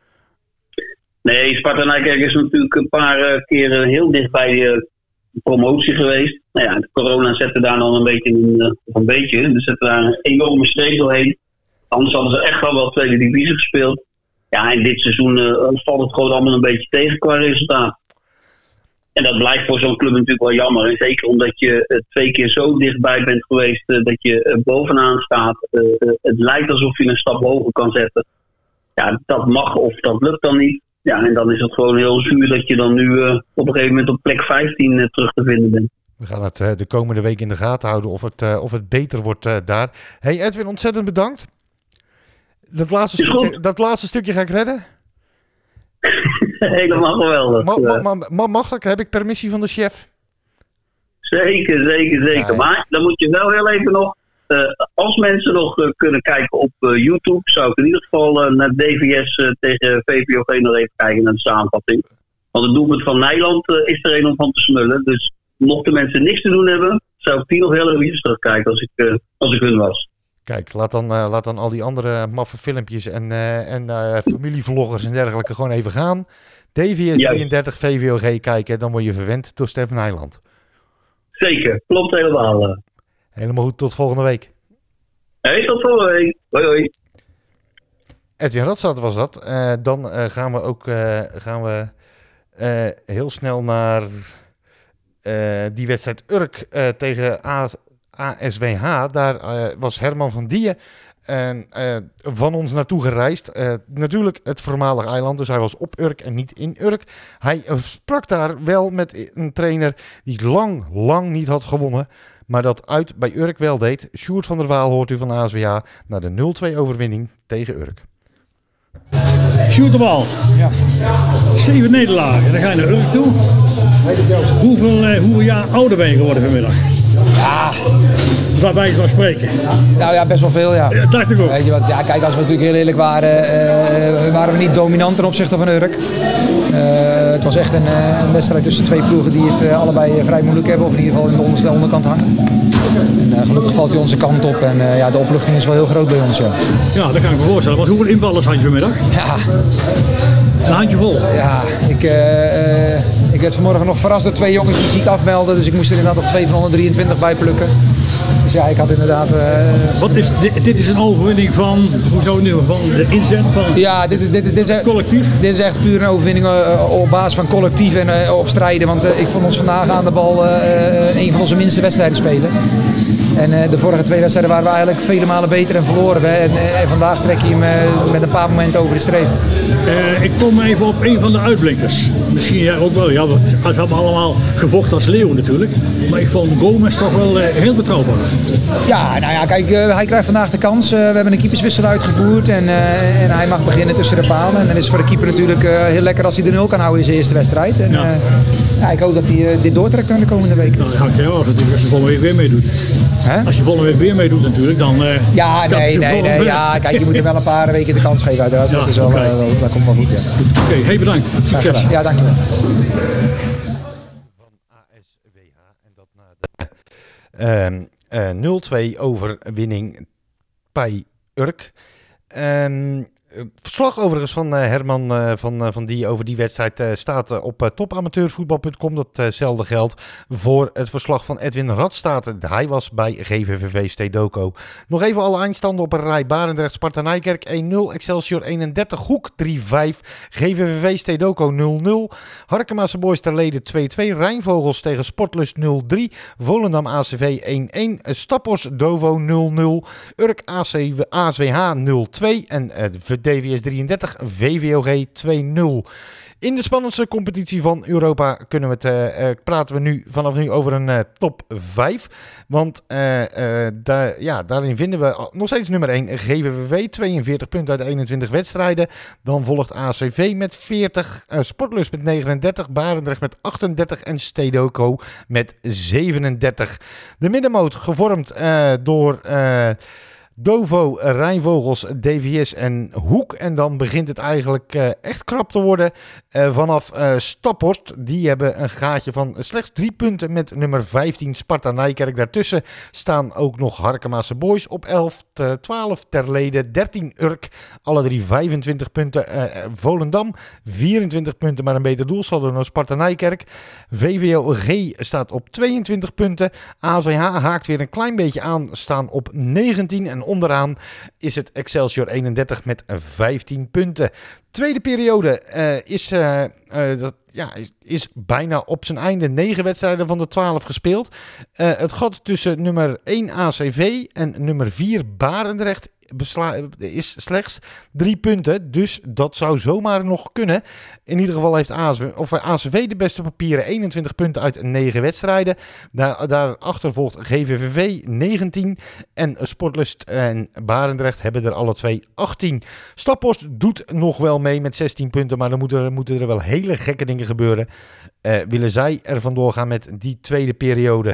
Nee, Sparta Nijkerk is natuurlijk een paar uh, keren heel dicht bij de uh, promotie geweest. Nou ja, de corona zette daar dan een beetje een, uh, een beetje, dus zette daar een enorme streep doorheen. Anders hadden ze echt wel wel tweede divisie gespeeld. Ja, en dit seizoen uh, valt het gewoon allemaal een beetje tegen qua resultaat. En dat blijkt voor zo'n club natuurlijk wel jammer. En zeker omdat je uh, twee keer zo dichtbij bent geweest uh, dat je uh, bovenaan staat. Uh, uh, het lijkt alsof je een stap hoger kan zetten. Ja, dat mag of dat lukt dan niet. Ja, en dan is het gewoon heel zuur dat je dan nu uh, op een gegeven moment op plek vijftien uh, terug te vinden bent. We gaan het uh, de komende week in de gaten houden of het, uh, of het beter wordt uh, daar. Hey Edwin, ontzettend bedankt. Dat laatste, stukje, dat laatste stukje ga ik redden. Helemaal geweldig. Ma, ma, ma, ma, mag dat? Heb ik permissie van de chef? Zeker, zeker, zeker. Ja, ja. Maar dan moet je wel heel even nog... Uh, als mensen nog uh, kunnen kijken op uh, YouTube, zou ik in ieder geval uh, naar D V S uh, tegen V V O G nog even kijken naar de samenvatting. Want het doelpunt van Nijland uh, is er een om van te smullen. Dus mochten mensen niks te doen hebben, zou ik die nog heel even terugkijken als ik, uh, als ik hun was. Kijk, laat dan, uh, laat dan al die andere maffe filmpjes en, uh, en uh, familievloggers en dergelijke gewoon even gaan. D V S drieëndertig, V V O G kijken, dan word je verwend door Stefan Nijland. Zeker, klopt helemaal. Uh. Helemaal goed, tot volgende week. Hey, tot volgende week. Hoi hoi. Edwin Radstaat was dat. Uh, dan uh, gaan we ook uh, gaan we, uh, heel snel naar uh, die wedstrijd Urk uh, tegen A S W H. Daar uh, was Herman van Dieën En uh, van ons naartoe gereisd. Uh, natuurlijk het voormalig eiland, dus hij was op Urk en niet in Urk. Hij uh, sprak daar wel met een trainer die lang, lang niet had gewonnen. Maar dat uit bij Urk wel deed. Sjoerd van der Waal hoort u van A S W H naar de nul twee overwinning tegen Urk. Sjoerd de Waal. Ja. Zeven nederlagen. Dan ga je naar Urk toe. Hoeveel, uh, hoeveel jaar ouder ben je geworden vanmiddag? Ja. Waarbij je van spreken. Nou ja, best wel veel, ja. Ja, dacht ik ook. Weet je wat, ja, kijk, als we natuurlijk heel eerlijk waren, uh, waren we niet dominant ten opzichte van Urk. Uh, het was echt een, uh, een wedstrijd tussen twee ploegen die het uh, allebei uh, vrij moeilijk hebben, of in ieder geval in de onderste onderkant hangen. En, uh, gelukkig valt hij onze kant op en uh, ja, de opluchting is wel heel groot bij ons. Ja, ja dat kan ik me voorstellen. Want hoeveel invallers had je vanmiddag? Ja. Een handje vol. Ja, ik, uh, uh, ik werd vanmorgen nog verrast door twee jongens die ziek afmelden, dus ik moest er inderdaad op twee van honderddrieëntwintig bij plukken. Dus ja, ik had inderdaad... Uh... Wat is, dit, dit is een overwinning van, hoezo nu, van de inzet van ja, dit is, dit is, dit is, collectief? Dit is echt puur een overwinning uh, op basis van collectief en uh, op strijden. Want uh, ik vond ons vandaag aan de bal uh, uh, een van onze minste wedstrijden spelen. En uh, de vorige twee wedstrijden waren we eigenlijk vele malen beter en verloren. Hè. En, uh, en vandaag trek je hem uh, met een paar momenten over de streep. Uh, ik kom even op een van de uitblinkers. Misschien jij ook wel. Ja, ze hebben allemaal gevochten als leeuw natuurlijk. Maar ik vond Gomez toch wel uh, heel betrouwbaar. Ja, nou ja, kijk, uh, hij krijgt vandaag de kans. Uh, we hebben een keeperswissel uitgevoerd en, uh, en hij mag beginnen tussen de palen. En dan is het voor de keeper natuurlijk uh, heel lekker als hij de nul kan houden in zijn eerste wedstrijd. En, ja. Uh, ja, ik hoop dat hij uh, dit doortrekt naar de komende weken. Nou, dat ga ik af natuurlijk als je volgende week weer meedoet. Huh? Als je volgende week weer meedoet natuurlijk, dan... Uh, ja, nee, nee, nee. Ja, kijk, je moet hem wel een paar weken de kans geven uiteraard. Ja, dat, is wel, okay. uh, wel, dat komt wel goed, ja. Oké, okay, hey, bedankt. Succes. Ja, dankjewel. Van A S W H en dat naar de uh, uh, nul twee overwinning bij Urk. Um, Het verslag overigens van uh, Herman uh, van, uh, van die over die wedstrijd uh, staat uh, op uh, topamateurvoetbal punt com. Datzelfde uh geldt voor het verslag van Edwin Radstaat. Hij was bij G V V V Stedoco. Nog even alle eindstanden op een rij. Barendrecht, Sparta Nijkerk één nul. Excelsior eenendertig. Hoek drie vijf. G V V V Stedoco nul nul. Harkemaanse Boys ter Lede twee twee. Rijnvogels tegen Sportlust nul drie. Volendam A C V één één. Staphorst Dovo nul nul. Urk A S W H nul twee. En uh, D V S drieëndertig, V V O G twee nul. In de spannendste competitie van Europa kunnen we het, uh, uh, praten we nu vanaf nu over een uh, top vijf. Want uh, uh, daar, ja, daarin vinden we nog steeds nummer één G V V V, tweeënveertig punten uit eenentwintig wedstrijden. Dan volgt A C V met veertig, uh, Sportlust met negenendertig, Barendrecht met achtendertig en Stedoco met zevenendertig. De middenmoot gevormd uh, door... Uh, Dovo, Rijnvogels, D V S en Hoek. En dan begint het eigenlijk uh, echt krap te worden uh, vanaf uh, Staphorst. Die hebben een gaatje van slechts drie punten met nummer vijftien Sparta Nijkerk. Daartussen staan ook nog Harkemaanse Boys op elf, twaalf Terlede, dertien Urk. Alle drie vijfentwintig punten. Uh, Volendam vierentwintig punten, maar een beter doelsaldo dan Sparta Nijkerk. V V O G staat op tweeëntwintig punten. A S W H haakt weer een klein beetje aan, staan op negentien en onderaan is het Excelsior eenendertig met vijftien punten. Tweede periode uh, is, uh, uh, dat, ja, is, is bijna op zijn einde. negen wedstrijden van de twaalf gespeeld. Uh, het gat tussen nummer één A C V en nummer vier Barendrecht besla- is slechts drie punten. Dus dat zou zomaar nog kunnen. In ieder geval heeft A S W, of A C V de beste papieren. eenentwintig punten uit negen wedstrijden. Daar, daarachter volgt G V V V negentien. En Sportlust en Barendrecht hebben er alle twee achttien. Staphorst doet nog wel mee met zestien punten. Maar dan moeten er, moeten er wel hele gekke dingen gebeuren. Uh, willen zij er vandoor gaan met die tweede periode.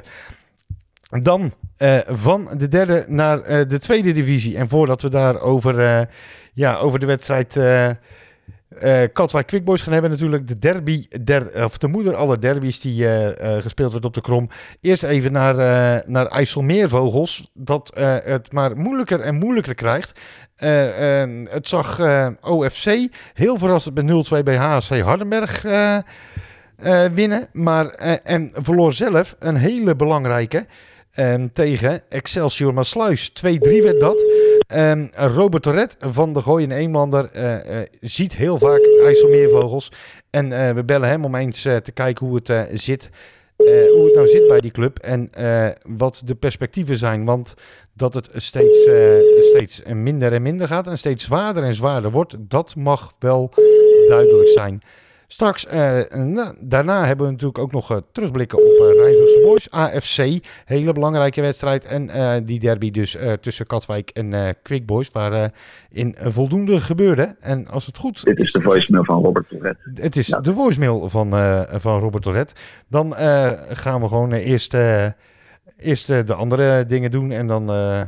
Dan uh, van de derde naar uh, de tweede divisie. En voordat we daar over, uh, ja, over de wedstrijd uh, uh, Katwijk Quick Boys gaan hebben, natuurlijk de derby, der, of de moeder alle derbies die uh, uh, gespeeld wordt op de Krom. Eerst even naar, uh, naar IJsselmeervogels, dat uh, het maar moeilijker en moeilijker krijgt. Uh, uh, het zag uh, O F C heel verrassend met nul twee bij H C Hardenberg uh, uh, winnen. Maar, uh, en verloor zelf een hele belangrijke. Um, tegen Excelsior Maasluis. twee drie werd dat. Um, Robert Toret van de Gooi en Eemlander uh, uh, ziet heel vaak IJsselmeervogels. En uh, we bellen hem om eens uh, te kijken hoe het uh, zit. Uh, hoe het nou zit bij die club. En uh, wat de perspectieven zijn. Want dat het steeds, uh, steeds minder en minder gaat. En steeds zwaarder en zwaarder wordt. Dat mag wel duidelijk zijn. Straks, uh, na, daarna hebben we natuurlijk ook nog uh, terugblikken op uh, Rijnsburgse Boys. A F C, hele belangrijke wedstrijd. En uh, die derby dus uh, tussen Katwijk en uh, Quick Boys, waar uh, in uh, voldoende gebeurde. En als het goed Dit is de voicemail van Robert Toret. Het is ja. de voicemail van, uh, van Robert Toret. Dan uh, gaan we gewoon uh, eerst, uh, eerst uh, de andere dingen doen. En dan, uh,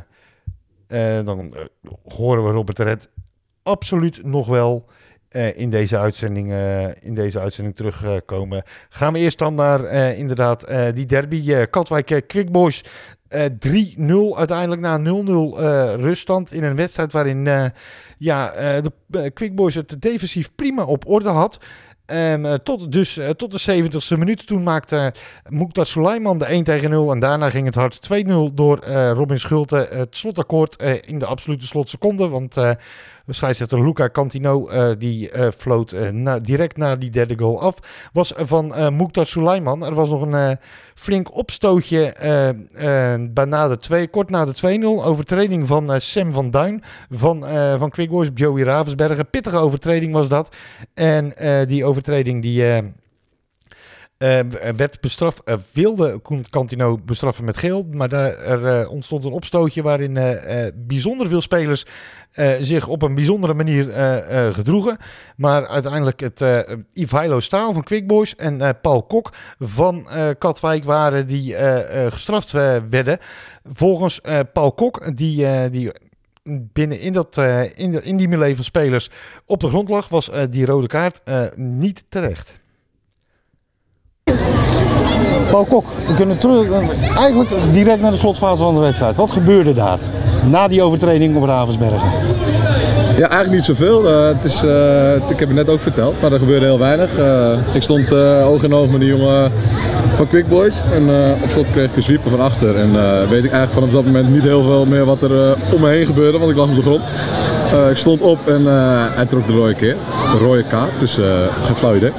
uh, dan uh, horen we Robert Toret absoluut nog wel... Uh, in, deze uitzending, uh, in deze uitzending terugkomen. Uh, Gaan we eerst dan naar uh, inderdaad uh, die derby. Uh, Katwijk uh, Quick Boys uh, drie nul uiteindelijk na nul nul uh, ruststand in een wedstrijd waarin uh, ja, uh, de uh, Quick Boys het defensief prima op orde had. Um, uh, tot, dus, uh, tot de zeventigste minuut. Toen maakte uh, Mukhtar Suleiman de één tegen nul. En daarna ging het hard twee nul door uh, Robin Schulte. Het slotakkoord uh, in de absolute slotseconde. Want uh, de scheidsrechter Luca Cantino, uh, die uh, floot uh, na, direct na die derde goal af, was van uh, Mukhtar Suleiman. Er was nog een uh, flink opstootje uh, uh, na de twee, kort na de twee nul. Overtreding van uh, Sam van Duin van, uh, van Quick Boys op Joey Ravensbergen. Pittige overtreding was dat. En uh, die overtreding die... Uh, Uh, werd bestraft, uh, wilde Cantino bestraffen met geel, maar daar er, uh, ontstond een opstootje waarin uh, uh, bijzonder veel spelers uh, zich op een bijzondere manier uh, uh, gedroegen. Maar uiteindelijk het uh, Ivailo Staal van Quick Boys en uh, Paul Kok van uh, Katwijk waren die uh, uh, gestraft uh, werden. Volgens uh, Paul Kok, die... Uh, die binnen in, dat, uh, in, de, in die melee van spelers op de grond lag, was uh, die rode kaart uh, niet terecht. Paul Kok, we kunnen terug, eigenlijk direct naar de slotfase van de wedstrijd. Wat gebeurde daar na die overtreding op Ravensbergen? Ja, eigenlijk niet zoveel. Uh, het is, uh, ik heb het net ook verteld, maar er gebeurde heel weinig. Uh, ik stond uh, oog in oog met die jongen van Quick Boys en uh, op slot kreeg ik een sweeper van achter. En uh, weet ik eigenlijk van op dat moment niet heel veel meer wat er uh, om me heen gebeurde, want ik lag op de grond. Uh, ik stond op en uh, hij trok de rode keer, de rode kaart, dus uh, geen flauw idee.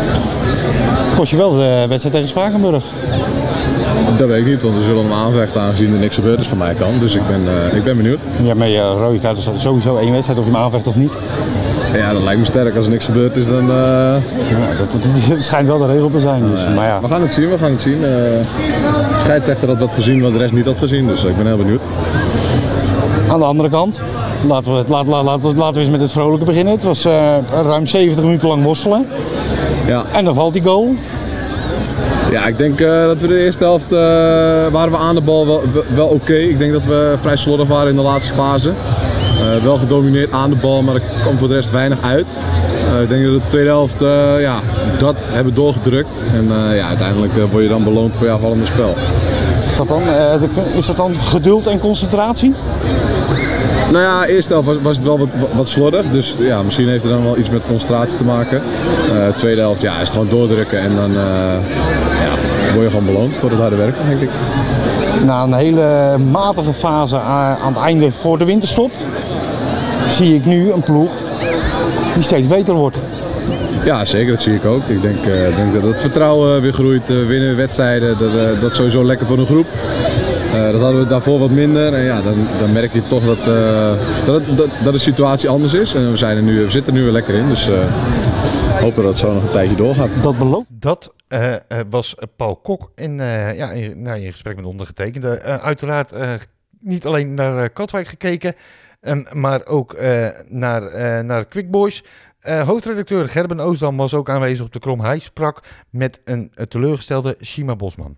Kost je wel de wedstrijd tegen Spakenburg? Dat weet ik niet, want we zullen hem aanvechten aangezien er niks gebeurd is van mijn kant. Dus ik ben, uh, ik ben benieuwd. Ja, maar je rode kaart is sowieso één wedstrijd of je hem aanvecht of niet. Ja, dat lijkt me sterk. Als er niks gebeurd is, dan... Uh... Ja, dat, dat, dat schijnt wel de regel te zijn. Dus. Uh, maar ja. We gaan het zien, we gaan het zien. Uh, de scheidsrechter had wat gezien wat de rest niet had gezien, dus ik ben heel benieuwd. Aan de andere kant, laten we, het, laat, laat, laat, laten we eens met het vrolijke beginnen. Het was uh, ruim zeventig minuten lang worstelen. Ja. En dan valt die goal. Ja, ik denk uh, dat we de eerste helft uh, waren we aan de bal wel, wel oké. Okay. Ik denk dat we vrij slordig waren in de laatste fase. Uh, wel gedomineerd aan de bal, maar er kwam voor de rest weinig uit. Uh, ik denk dat we de tweede helft uh, ja, dat hebben doorgedrukt. En uh, ja, uiteindelijk uh, word je dan beloond voor je afvallende spel. Is dat dan, uh, de, is dat dan geduld en concentratie? Nou ja, eerste helft was, was het wel wat, wat slordig, dus ja, misschien heeft het dan wel iets met concentratie te maken. Uh, tweede helft ja, is het gewoon doordrukken en dan uh, ja, word je gewoon beloond voor het harde werken, denk ik. Na een hele matige fase aan het einde voor de winterstop zie ik nu een ploeg die steeds beter wordt. Ja, zeker, dat zie ik ook. Ik denk, uh, denk dat het vertrouwen weer groeit, uh, winnen wedstrijden, dat, uh, dat is sowieso lekker voor een groep. Uh, dat hadden we daarvoor wat minder en ja, dan, dan merk je toch dat, uh, dat, het, dat, dat de situatie anders is. En we, zijn er nu, we zitten er nu weer lekker in, dus uh, hopen dat het zo nog een tijdje doorgaat. Dat belooft. Dat uh, was Paul Kok in, uh, ja, in, nou, in gesprek met ondergetekende. Uh, uiteraard uh, niet alleen naar uh, Katwijk gekeken, um, maar ook uh, naar, uh, naar Quick Boys. Uh, hoofdredacteur Gerben Oosdam was ook aanwezig op de Krom. Hij sprak met een uh, teleurgestelde Shima Bosman.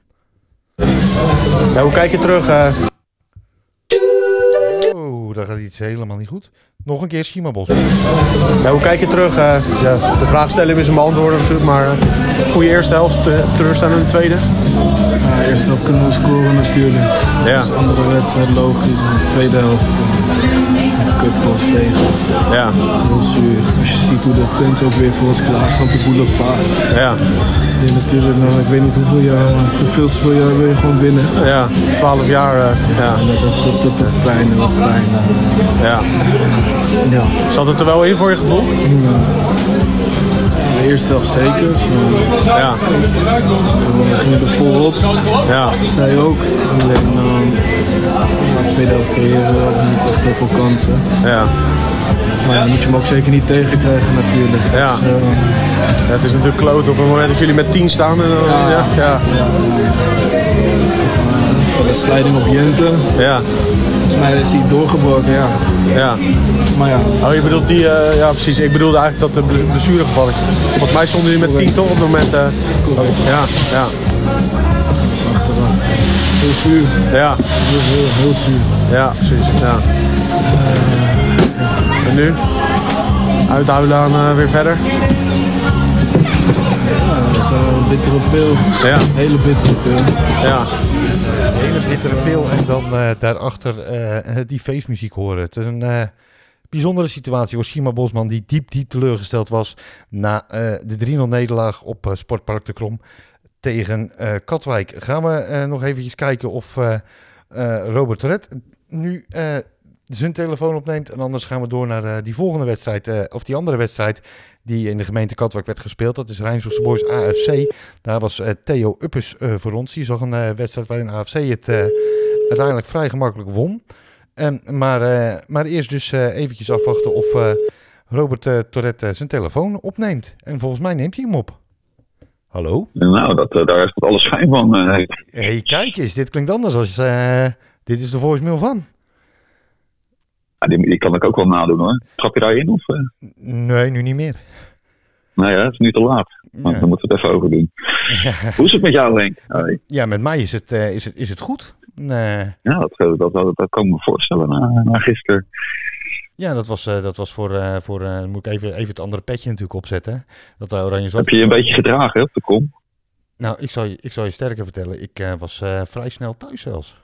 Ja, hoe kijk je terug? Uh... Oh, daar gaat iets helemaal niet goed. Nog een keer Shima Bosman. Ja, hoe kijk je terug? Uh, ja, de vraag stellen is een beantwoorden natuurlijk, maar uh, goede eerste helft, uh, teleurstellend in de tweede. Ja, eerste helft kunnen we scoren natuurlijk. Ja. Dus andere wedstrijd logisch. En de tweede helft uh, cupgoals tegen. Ja. Heel zuur. Als je ziet hoe de fans ook weer voor ons klaar staan op de boulevard. Ja. Nee, natuurlijk, nou, ik weet niet hoeveel jaar, maar te veel speel jaar wil je gewoon winnen. Ja, twaalf jaar. Uh, ja. En dat dat dat dat pijn en wat pijn. Uh, ja. ja. Zat het er wel in voor je gevoel? Ja. De eerste helft zeker. So, ja. We gingen er volop. Ja. Zij ook. Alleen uh, de tweede helft creëren we ook niet echt heel veel kansen. Ja. Maar dan moet je hem ook zeker niet tegenkrijgen natuurlijk. Ja. Dus, uh, ja, het is natuurlijk kloot op het moment dat jullie met tien staan. En, uh, ja. Ja. Ja. Ja. Uh, de slijding op Jente. Ja. Volgens mij is die doorgebroken, ja. Ja. Maar ja. Oh, je bedoelt die, uh, ja precies. Ik bedoelde eigenlijk dat de blessuregeval. Volgens mij stonden jullie met tien toch op het moment. Uh, oh, ja, ja. Heel zuur. Ja. Heel, heel, heel zuur. Ja, precies. Ja. Uh, en nu? Uithuilen aan uh, weer verder? Ja, dat is uh, een bittere pil. Ja. Een hele bittere pil. Ja. Een hele bittere pil en dan uh, daarachter uh, die feestmuziek horen. Het is een uh, bijzondere situatie voor Shima Bosman, die diep, diep teleurgesteld was na uh, de drie nul nederlaag op uh, Sportpark de Krom tegen uh, Katwijk. Gaan we uh, nog eventjes kijken of uh, uh, Robert Toret nu uh, zijn telefoon opneemt. En anders gaan we door naar uh, die volgende wedstrijd, uh, of die andere wedstrijd die in de gemeente Katwijk werd gespeeld. Dat is Rijnsburgse Boys A F C. Daar was uh, Theo Uppes uh, voor ons. Die zag een uh, wedstrijd waarin A F C het uh, uiteindelijk vrij gemakkelijk won. Um, maar, uh, maar eerst dus uh, eventjes afwachten of uh, Robert uh, Toret uh, zijn telefoon opneemt. En volgens mij neemt hij hem op. Hallo? Nou, dat, uh, daar heeft het alle schijn van. Uh. Hé, hey, kijk eens. Dit klinkt anders als... Uh, dit is de voicemail van. Ja, die, die kan ik ook wel nadoen hoor. Trap je daarin? Of, uh? Nee, nu niet meer. Nee, ja, het is nu te laat. Maar ja. Dan moeten we het even over doen. Ja. Hoe is het met jou, Henk? Hoi. Ja, met mij is het, uh, is het, is het goed. Nee. Ja, dat, dat, dat, dat kan ik me voorstellen na, na gisteren. Ja, dat was, uh, dat was voor... Uh, voor uh, dan moet ik even, even het andere petje natuurlijk opzetten. Dat uh, oranje Heb je je een beetje gedragen op de kom? Nou, ik zal je, ik zal je sterker vertellen. Ik uh, was uh, vrij snel thuis zelfs.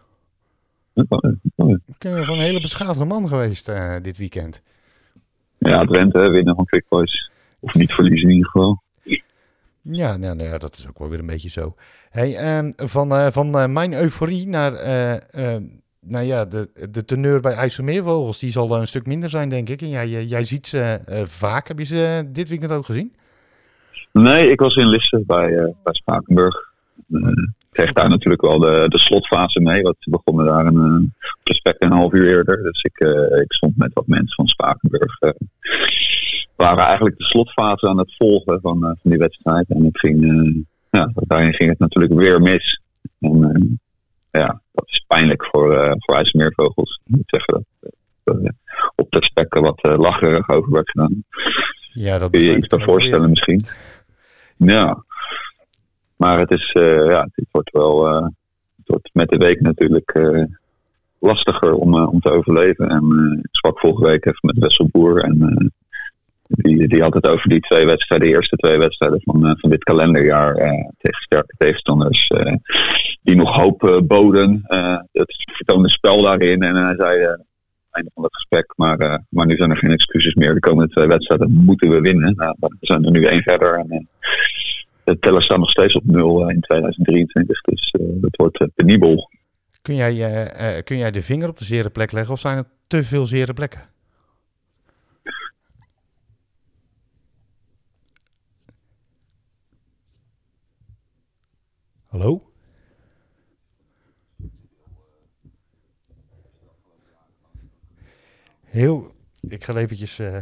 Ik ben uh, van een hele beschaafde man geweest uh, dit weekend. Ja, Twente winnen van Quick Boys. Of niet verliezen in ieder geval. Ja, nou, nou, dat is ook wel weer een beetje zo. Hey, uh, van uh, van uh, mijn euforie naar uh, uh, nou ja, de, de teneur bij IJsselmeervogels. Die zal uh, een stuk minder zijn, denk ik. En jij, uh, jij ziet ze uh, vaak. Heb je ze uh, dit weekend ook gezien? Nee, ik was in Lisse bij, uh, bij Spakenburg. Uh, ik kreeg daar natuurlijk wel de, de slotfase mee. Want ze begonnen daar een, een respect een half uur eerder. Dus ik, uh, ik stond met wat mensen van Spakenburg. Uh, waren eigenlijk de slotfase aan het volgen van, uh, van die wedstrijd. En ik ging, uh, ja, daarin ging het natuurlijk weer mis. En, uh, ja, dat is pijnlijk voor, uh, voor IJsselmeervogels. Ik moet zeggen dat uh, op de spekken wat uh, lacherig over werd gedaan. Ja, dat kun je je iets bij voorstellen misschien. Ja. Maar het is, uh, ja, het wordt wel, uh, het wordt met de week natuurlijk uh, lastiger om, uh, om te overleven. En uh, ik sprak vorige week even met Wessel Boer en uh, die, die had het over die twee wedstrijden, de eerste twee wedstrijden van, uh, van dit kalenderjaar uh, tegen sterke tegenstanders. Uh, die nog hoop uh, boden. Uh, het vertoonde spel daarin en hij zei... Uh, einde van het gesprek, maar, uh, maar nu zijn er geen excuses meer. De komende twee wedstrijden moeten we winnen. Nou, we zijn er nu één verder en uh, de teller staat nog steeds op nul uh, in tweeduizend drieëntwintig, dus uh, dat wordt uh, penibel. Kun jij, uh, uh, kun jij de vinger op de zere plek leggen of zijn er te veel zere plekken? Hallo? Heel, ik ga eventjes... Uh...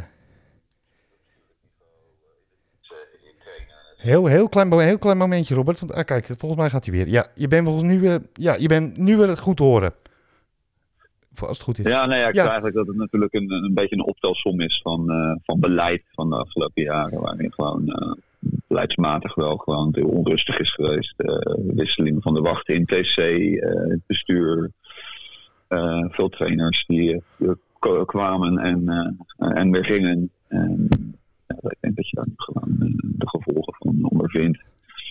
Heel, heel, klein, heel klein momentje, Robert. Want ah, kijk, volgens mij gaat hij weer. Ja, je bent volgens nu weer, ja, je bent nu weer goed te horen. Als het goed is. Ja, nee, ja, ik ja. vind eigenlijk dat het natuurlijk een, een beetje een optelsom is van, uh, van beleid van de afgelopen jaren. Waarin gewoon uh, beleidsmatig wel gewoon heel onrustig is geweest. Uh, wisseling van de wachten in T C, uh, het bestuur, uh, veel trainers die uh, kwamen en, uh, en weer gingen. En, ja, ik denk dat je daar gewoon uh, de gevolgen van ondervindt.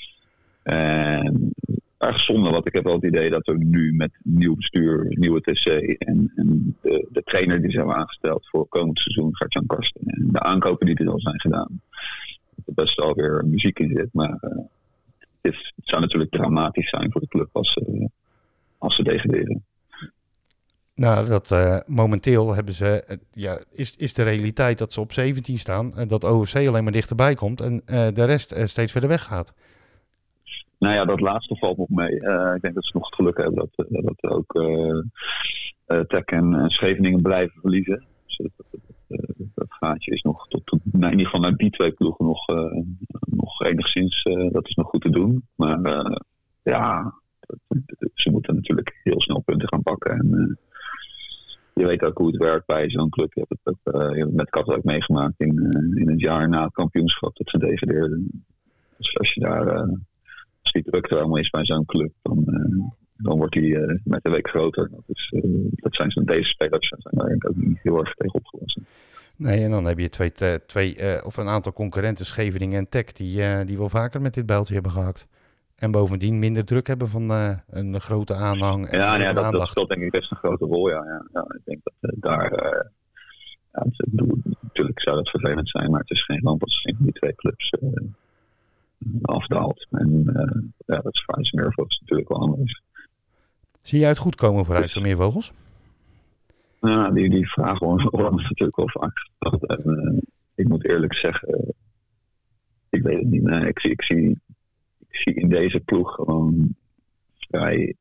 En erg zonde, want ik heb wel het idee dat we nu met nieuw bestuur, nieuwe T C en, en de, de trainer die zijn aangesteld voor komend seizoen, Gert-Jan Karsten, en de aankopen die er al zijn gedaan, dat er best wel weer muziek in zit. Maar uh, het, is, het zou natuurlijk dramatisch zijn voor de club als, uh, als ze degraderen. Nou, dat, uh, momenteel hebben ze, uh, ja, is, is de realiteit dat ze op zeventien staan. En dat O F C alleen maar dichterbij komt en uh, de rest uh, steeds verder weg gaat. Nou ja, dat laatste valt nog mee. Uh, ik denk dat ze nog het geluk hebben dat, uh, dat ook uh, uh, Tech en uh, Scheveningen blijven verliezen. Dus dat, dat, dat, dat gaatje is nog tot, tot nou, in ieder geval naar die twee ploegen nog, uh, nog enigszins, uh, dat is nog goed te doen. Maar uh, ja, ze moeten natuurlijk heel snel punten gaan pakken. En, uh, je weet ook hoe het werkt bij zo'n club. Je hebt het ook, uh, je hebt het met Katwijk meegemaakt in, uh, in het jaar na het kampioenschap dat ze degradeerden. Dus als je daar, uh, als die druk er allemaal is bij zo'n club, dan, uh, dan wordt die uh, met de week groter. Dat, is, uh, dat zijn ze, deze spelers zijn daar denk ik ook niet heel erg tegen opgewassen. Nee, en dan heb je twee, twee uh, of een aantal concurrenten, Scheveningen en Tech, die, uh, die wel vaker met dit bijltje hebben gehakt. En bovendien minder druk hebben van uh, een grote aanhang. En ja, ja dat, dat speelt denk ik best een grote rol. Ja, ja. ja ik denk dat uh, daar... Uh, ja, het, bedoel, natuurlijk zou dat vervelend zijn, maar het is geen ramp als een van die twee clubs uh, afdaalt. En uh, ja, dat is voor IJsselmeervogels natuurlijk wel anders. Zie jij het goed komen voor IJsselmeervogels? Ja, die, die vraag worden natuurlijk wel vaak gesteld. En uh, ik moet eerlijk zeggen, uh, ik weet het niet. Nee, ik zie... Ik zie Ik zie in deze ploeg gewoon vrij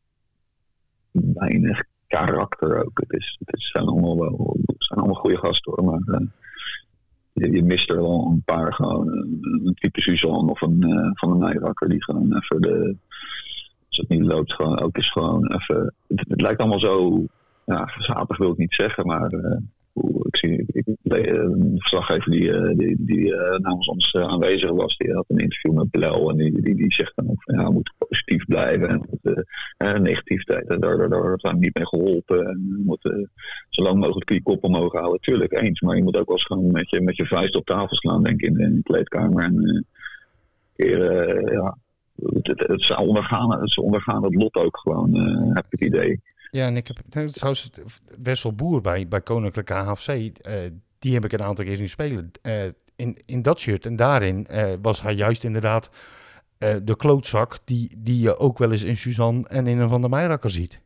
weinig karakter ook. Het, is, het is, zijn, allemaal wel, het zijn allemaal goede gasten hoor, maar uh, je, je mist er wel een paar gewoon. Een, een type Suzanne of een uh, Van der Meijerakker die gewoon even de... Als het niet loopt, gewoon ook is gewoon even... Het, het lijkt allemaal zo... Ja, verzapig wil ik niet zeggen, maar... Uh, Ik zie ik, een verslaggever die, die, die uh, namens ons uh, aanwezig was, die had een interview met Blel en die, die, die zegt dan ook van ja, we moeten positief blijven en uh, uh, negativiteit, daar, daar, daar zijn we niet mee geholpen en we moeten uh, zo lang mogelijk die kop omhoog houden. Tuurlijk eens, maar je moet ook wel eens gewoon met je, met je vuist op tafel slaan, denk ik, in, in de kleedkamer en uh, keer, uh, ja, het, het, het, ze ondergaan, het, ze ondergaan het lot ook gewoon, uh, heb ik het idee. Ja, en ik heb trouwens Wessel Boer bij, bij Koninklijke H F C, uh, die heb ik een aantal keer zien spelen. Uh, in, in dat shirt en daarin uh, was hij juist inderdaad uh, de klootzak die, die je ook wel eens in Suzanne en in een Van der Meijerakker ziet.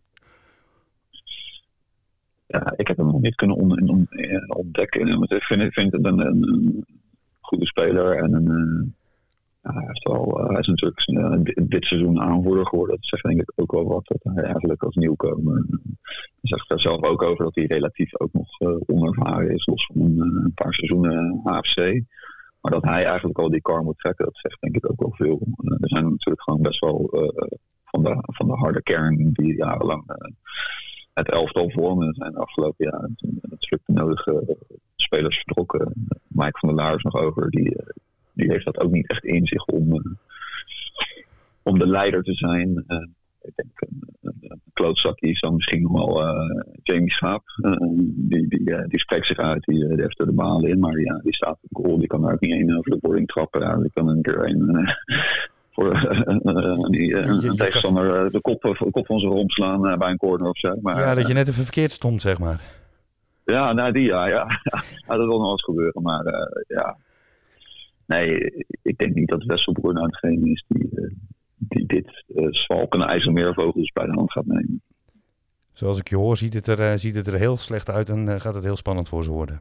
Ja, ik heb hem nog niet kunnen on, on, ontdekken. Ik vind, ik vind het een, een, een goede speler en een... Uh... Ja, hij, is wel, uh, hij is natuurlijk uh, dit, dit seizoen aanvoerder geworden. Dat zegt denk ik ook wel wat. Dat hij eigenlijk als nieuwkomer... Uh, hij zegt daar zelf ook over dat hij relatief ook nog uh, onervaren is. Los van een, uh, een paar seizoenen H F C. Maar dat hij eigenlijk al die kar moet trekken. Dat zegt denk ik ook wel veel. Uh, er zijn natuurlijk gewoon best wel uh, van, de, van de harde kern die jarenlang uh, het elftal vormen. Er zijn de afgelopen jaren natuurlijk de nodige uh, spelers vertrokken. Uh, Mike van der Laar is nog over. Die... Uh, Die heeft dat ook niet echt in zich om, uh, om de leider te zijn. Uh, ik denk een, een, een klootzakje is dan misschien nog wel uh, Jamie Schaap. Uh, die, die, uh, die spreekt zich uit, die, uh, die heeft er de balen in. Maar die, ja, die staat op goal, die kan daar ook niet één over de boarding trappen. Ja, die kan een keer een, uh, voor uh, uh, die, uh, een tegenstander uh, de, kop, de kop van zijn romp slaan uh, bij een corner of zo. Maar, ja, dat je net even verkeerd stond, zeg maar. Ja, nou die ja. ja. ja dat wil nog eens gebeuren, maar uh, ja... Nee, ik denk niet dat Wesselbroer nou degene is die, uh, die dit uh, zwalkende IJsselmeervogels bij de hand gaat nemen. Zoals ik je hoor, ziet het er, uh, ziet het er heel slecht uit en uh, gaat het heel spannend voor ze worden.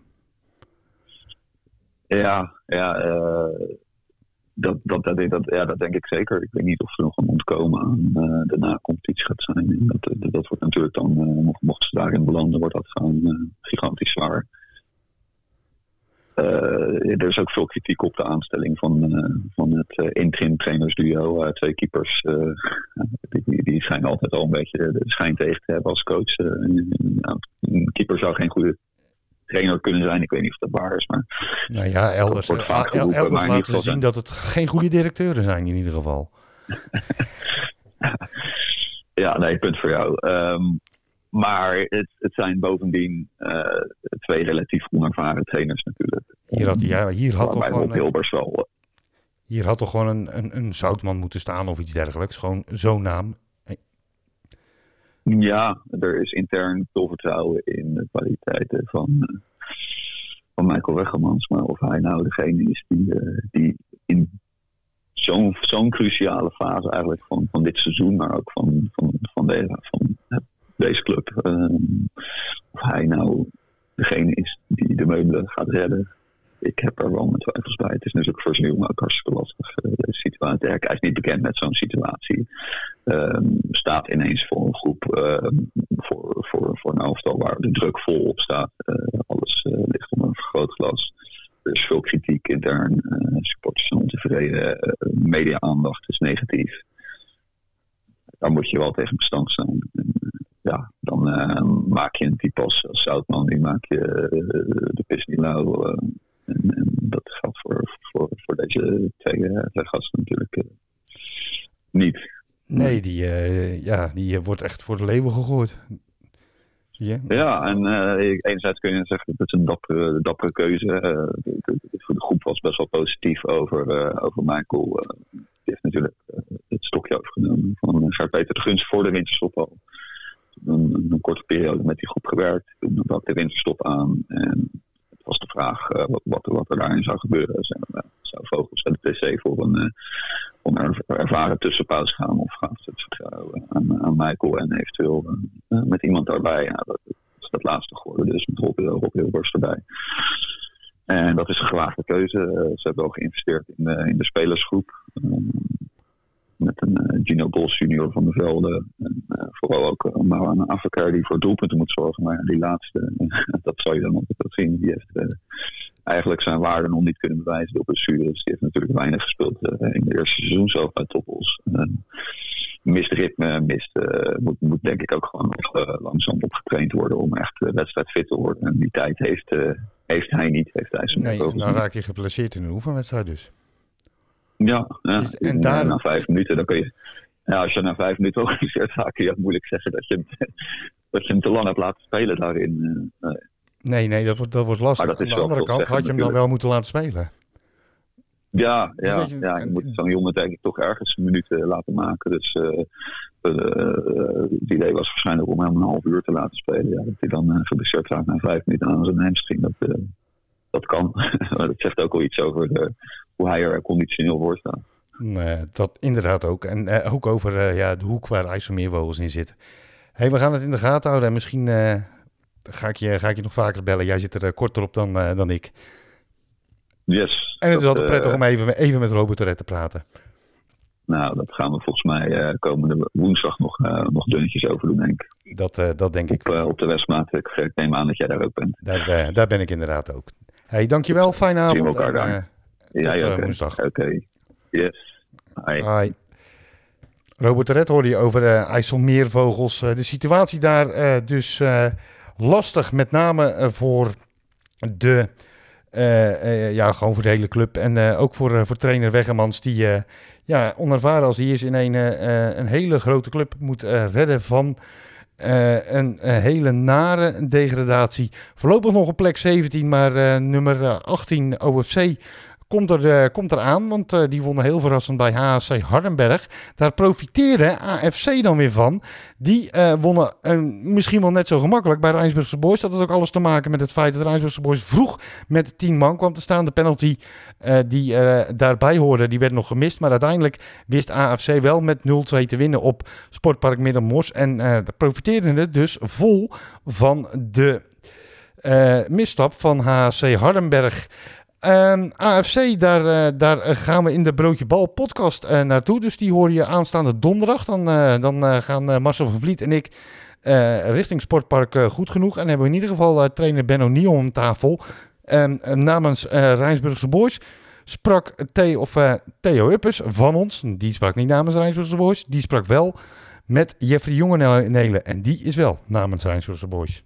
Ja, ja, uh, dat, dat, dat, dat, ja, dat denk ik zeker. Ik weet niet of er nog een ontkomen aan uh, de na-competitie gaat zijn. En dat, dat, dat wordt natuurlijk dan, uh, mocht ze daarin belanden, wordt dat gewoon uh, gigantisch zwaar. Uh, er is ook veel kritiek op de aanstelling van, uh, van het uh, interim trainersduo. Uh, twee keepers, uh, die, die schijnen altijd al een beetje de schijn tegen te hebben als coach. Uh, nou, een keeper zou geen goede trainer kunnen zijn. Ik weet niet of dat waar is. Maar nou ja, elders, wordt vaak geroepen, elders maar laten ze zien dat het geen goede directeuren zijn in ieder geval. Ja, nee, punt voor jou. Um, Maar het, het zijn bovendien uh, twee relatief onervaren trainers natuurlijk. Hier had, ja, hier had toch gewoon, Hilbers wel, uh, hier had toch gewoon een, een, een zoutman moeten staan of iets dergelijks. Gewoon zo'n naam. Hey. Ja, er is intern veel vertrouwen in de kwaliteiten van, uh, van Michael Weggemans. Maar of hij nou degene is die, uh, die in zo'n, zo'n cruciale fase eigenlijk van, van dit seizoen, maar ook van, van, van, de, van deze club. Uh, of hij nou degene is die de meubelen gaat redden. Ik heb er wel mijn twijfels bij. Het is natuurlijk voor zijn jongen ook hartstikke lastig. Uh, deze situatie. Hij is niet bekend met zo'n situatie. Uh, staat ineens voor een groep, uh, voor, voor, voor een elftal waar de druk vol op staat. Uh, alles uh, ligt onder een vergrootglas. Er is veel kritiek intern. Uh, supporters zijn ontevreden. Uh, media-aandacht is negatief. Daar moet je wel tegen bestand staan. En, uh, ja, dan uh, maak je een type als, als Zoutman. Die maak je uh, de pis niet lauw. Uh, en, en dat geldt voor, voor, voor deze twee, uh, twee gasten natuurlijk uh, niet. Nee, die, uh, ja, die wordt echt voor de leeuwen gegooid. Yeah. Ja, en uh, enerzijds kun je zeggen dat het een dappere, dappere keuze. Uh, de, de, de, de groep was best wel positief over, uh, over Michael. Uh, die heeft natuurlijk uh, het stokje overgenomen van Gert-Peter de Gunst voor de winterstop al. Een, een korte periode met die groep gewerkt. Toen brak de winterstop aan. En het was de vraag uh, wat, wat, wat er daarin zou gebeuren. Zijn, uh, zou Vogels en de T C voor een, uh, een er, ervaren tussenpauze gaan? Of gaan ze het vertrouwen aan, aan Michael en eventueel uh, met iemand daarbij? Ja, dat is dat laatste geworden. Dus met Rob, Rob Hilbers erbij. En dat is een gewaagde keuze. Uh, ze hebben wel geïnvesteerd in de, in de spelersgroep. Uh, Met een uh, Gino Bos junior van de Velde. En uh, vooral ook uh, Marwan Afrika die voor doelpunten moet zorgen. Maar die laatste, uh, dat zal je dan altijd wel zien. Die heeft uh, eigenlijk zijn waarde nog niet kunnen bewijzen door blessures. Die heeft natuurlijk weinig gespeeld uh, in de eerste seizoen zelf bij Toppels. Uh, mist ritme, mist, uh, moet, moet denk ik ook gewoon nog uh, langzaam opgetraind worden om echt uh, wedstrijdfit te worden. En die tijd heeft, uh, heeft hij niet. Heeft hij zijn nee, dan raak je geblesseerd in een oefenwedstrijd dus. Ja, ja. Dus, en daar... na vijf minuten, dan kun je... Ja, als je na vijf minuten organiseert, dan kun je moeilijk zeggen dat je hem, dat je hem te lang hebt laten spelen daarin. Nee, nee, nee dat, wordt, dat wordt lastig. Dat Aan de andere kant had je hem natuurlijk. dan wel moeten laten spelen. Ja, ja, je, ja, je moet zo'n jongen denk ik toch ergens een minuut laten maken. Dus uh, uh, uh, het idee was waarschijnlijk om hem een half uur te laten spelen. Ja, dat hij dan uh, geblesseerd raakt na vijf minuten aan zijn hamstring. Dat, uh, dat kan. Maar dat zegt ook wel iets over de, hoe hij er conditioneel voor staat. Nee, dat inderdaad ook. En uh, ook over uh, ja, de hoek waar IJsselmeervogels in zitten. Hey, we gaan het in de gaten houden. En misschien uh, ga, ik je, ga ik je nog vaker bellen. Jij zit er uh, korter op dan, uh, dan ik. Yes. En het is altijd prettig uh, om even, even met Robert Toret te praten. Nou, dat gaan we volgens mij uh, komende woensdag nog, uh, nog dunnetjes over doen, denk ik. Dat, uh, dat denk ik. Op, uh, op de Westmaat. Ik, ik neem aan dat jij daar ook bent. Daar, uh, daar ben ik inderdaad ook. Hey, dankjewel. Fijne avond. Zien we elkaar daar. En, uh, ja, tot ja, uh, okay. woensdag. Oké. Okay. Yes. Hi. Hi. Robert Toret hoorde je over uh, IJsselmeervogels. Uh, de situatie daar uh, dus uh, lastig, met name uh, voor de... Uh, uh, ja, gewoon voor de hele club. En uh, ook voor, uh, voor trainer Weggemans, die uh, ja, onervaren als hij is in een, uh, een hele grote club moet uh, redden van uh, een, een hele nare degradatie. Voorlopig nog op plek zeventien, maar uh, nummer achttien O F C komt er, uh, komt er aan, want uh, die wonnen heel verrassend bij H A C Hardenberg. Daar profiteerde A F C dan weer van. Die uh, wonnen uh, misschien wel net zo gemakkelijk bij Rijnsburgse Boys. Dat had ook alles te maken met het feit dat Rijnsburgse Boys vroeg met tien man kwam te staan. De penalty uh, die uh, daarbij hoorde, die werd nog gemist. Maar uiteindelijk wist A F C wel met nul twee te winnen op Sportpark Middenmors. En uh, daar profiteerden het dus vol van de uh, misstap van H A C Hardenberg. Um, A F C, daar, uh, daar gaan we in de Broodje Bal podcast uh, naartoe. Dus die hoor je aanstaande donderdag. Dan, uh, dan uh, gaan uh, Marcel van Vliet en ik uh, richting Sportpark uh, Goed Genoeg. En hebben we in ieder geval uh, trainer Benno Nion om tafel. Um, uh, namens uh, Rijnsburgse Boys sprak The- of, uh, Theo Uppers van ons. Die sprak niet namens Rijnsburgse Boys. Die sprak wel met Jeffrey Jongenelen. En die is wel namens Rijnsburgse Boys.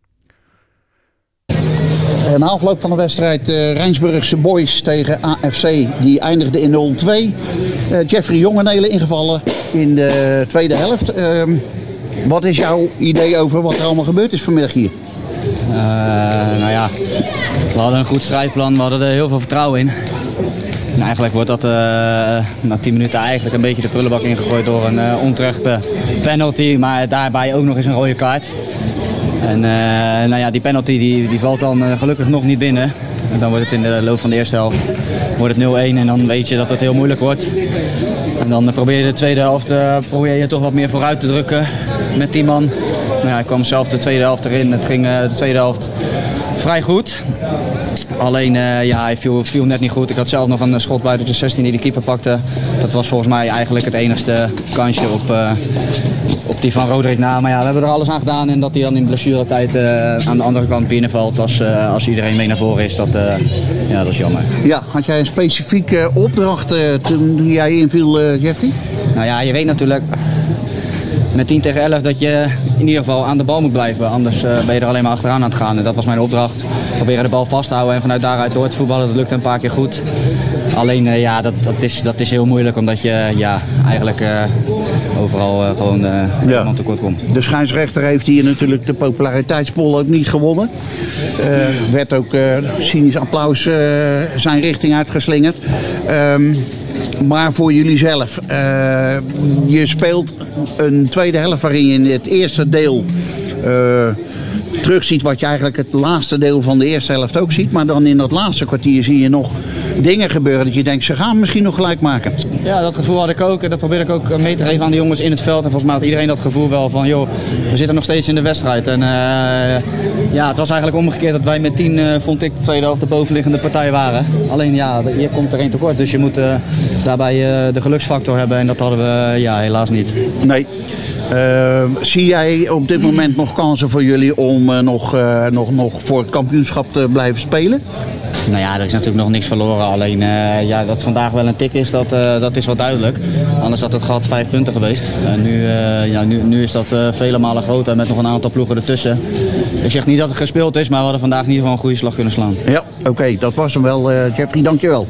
Na afloop van de wedstrijd uh, Rijnsburgse Boys tegen A F C, die eindigde in nul twee. Uh, Jeffrey Jongenelen ingevallen in de tweede helft. Uh, wat is jouw idee over wat er allemaal gebeurd is vanmiddag hier? Uh, nou ja, we hadden een goed strijdplan, we hadden er heel veel vertrouwen in. En eigenlijk wordt dat uh, na tien minuten eigenlijk een beetje de prullenbak ingegooid door een uh, onterechte penalty, maar daarbij ook nog eens een rode kaart. En uh, nou ja, die penalty die, die valt dan uh, gelukkig nog niet binnen. En dan wordt het in de loop van de eerste helft wordt het nul-een en dan weet je dat het heel moeilijk wordt. En dan probeer je de tweede helft uh, probeer je toch wat meer vooruit te drukken met die man. Nou ja, ik kwam zelf de tweede helft erin. Het ging uh, de tweede helft vrij goed. Alleen uh, ja, hij viel, viel net niet goed. Ik had zelf nog een schot buiten de zestien die de keeper pakte. Dat was volgens mij eigenlijk het enigste kansje op, uh, op die van Roderick na. Maar ja, we hebben er alles aan gedaan. En dat hij dan in blessuretijd uh, aan de andere kant binnenvalt als, uh, als iedereen mee naar voren is, dat, uh, ja, dat is jammer. Ja, had jij een specifieke opdracht uh, toen jij inviel, uh, Jeffrey? Nou ja, je weet natuurlijk met tien tegen elf dat je in ieder geval aan de bal moet blijven. Anders uh, ben je er alleen maar achteraan aan het gaan. En dat was mijn opdracht. Proberen de bal vast te houden en vanuit daaruit door te voetballen. Dat lukt een paar keer goed. Alleen uh, ja, dat, dat, is, dat is heel moeilijk omdat je ja, eigenlijk uh, overal uh, gewoon uh, ja. iemand tekort komt. De scheidsrechter heeft hier natuurlijk de populariteitspol ook niet gewonnen. Uh, werd ook uh, cynisch applaus uh, zijn richting uitgeslingerd. Um, Maar voor jullie zelf, uh, je speelt een tweede helft waarin je in het eerste deel uh, terugziet wat je eigenlijk het laatste deel van de eerste helft ook ziet. Maar dan in dat laatste kwartier zie je nog dingen gebeuren dat je denkt, ze gaan misschien nog gelijk maken. Ja, dat gevoel had ik ook. En dat probeer ik ook mee te geven aan de jongens in het veld. En volgens mij had iedereen dat gevoel wel van, joh, we zitten nog steeds in de wedstrijd. En uh, ja, het was eigenlijk omgekeerd dat wij met tien, uh, vond ik, de tweede helft de bovenliggende partij waren. Alleen ja, je komt er één tekort. Dus je moet uh, daarbij uh, de geluksfactor hebben. En dat hadden we uh, ja, helaas niet. Nee. Uh, zie jij op dit moment nog kansen voor jullie om uh, nog, uh, nog, nog voor het kampioenschap te blijven spelen? Nou ja, er is natuurlijk nog niks verloren. Alleen uh, ja, dat vandaag wel een tik is, dat, uh, dat is wel duidelijk. Anders had het gat vijf punten geweest. Uh, nu, uh, ja, nu, nu is dat uh, vele malen groter met nog een aantal ploegen ertussen. Ik zeg niet dat het gespeeld is, maar we hadden vandaag in ieder geval een goede slag kunnen slaan. Ja, oké, okay, dat was hem wel. Uh, Jeffrey, dankjewel.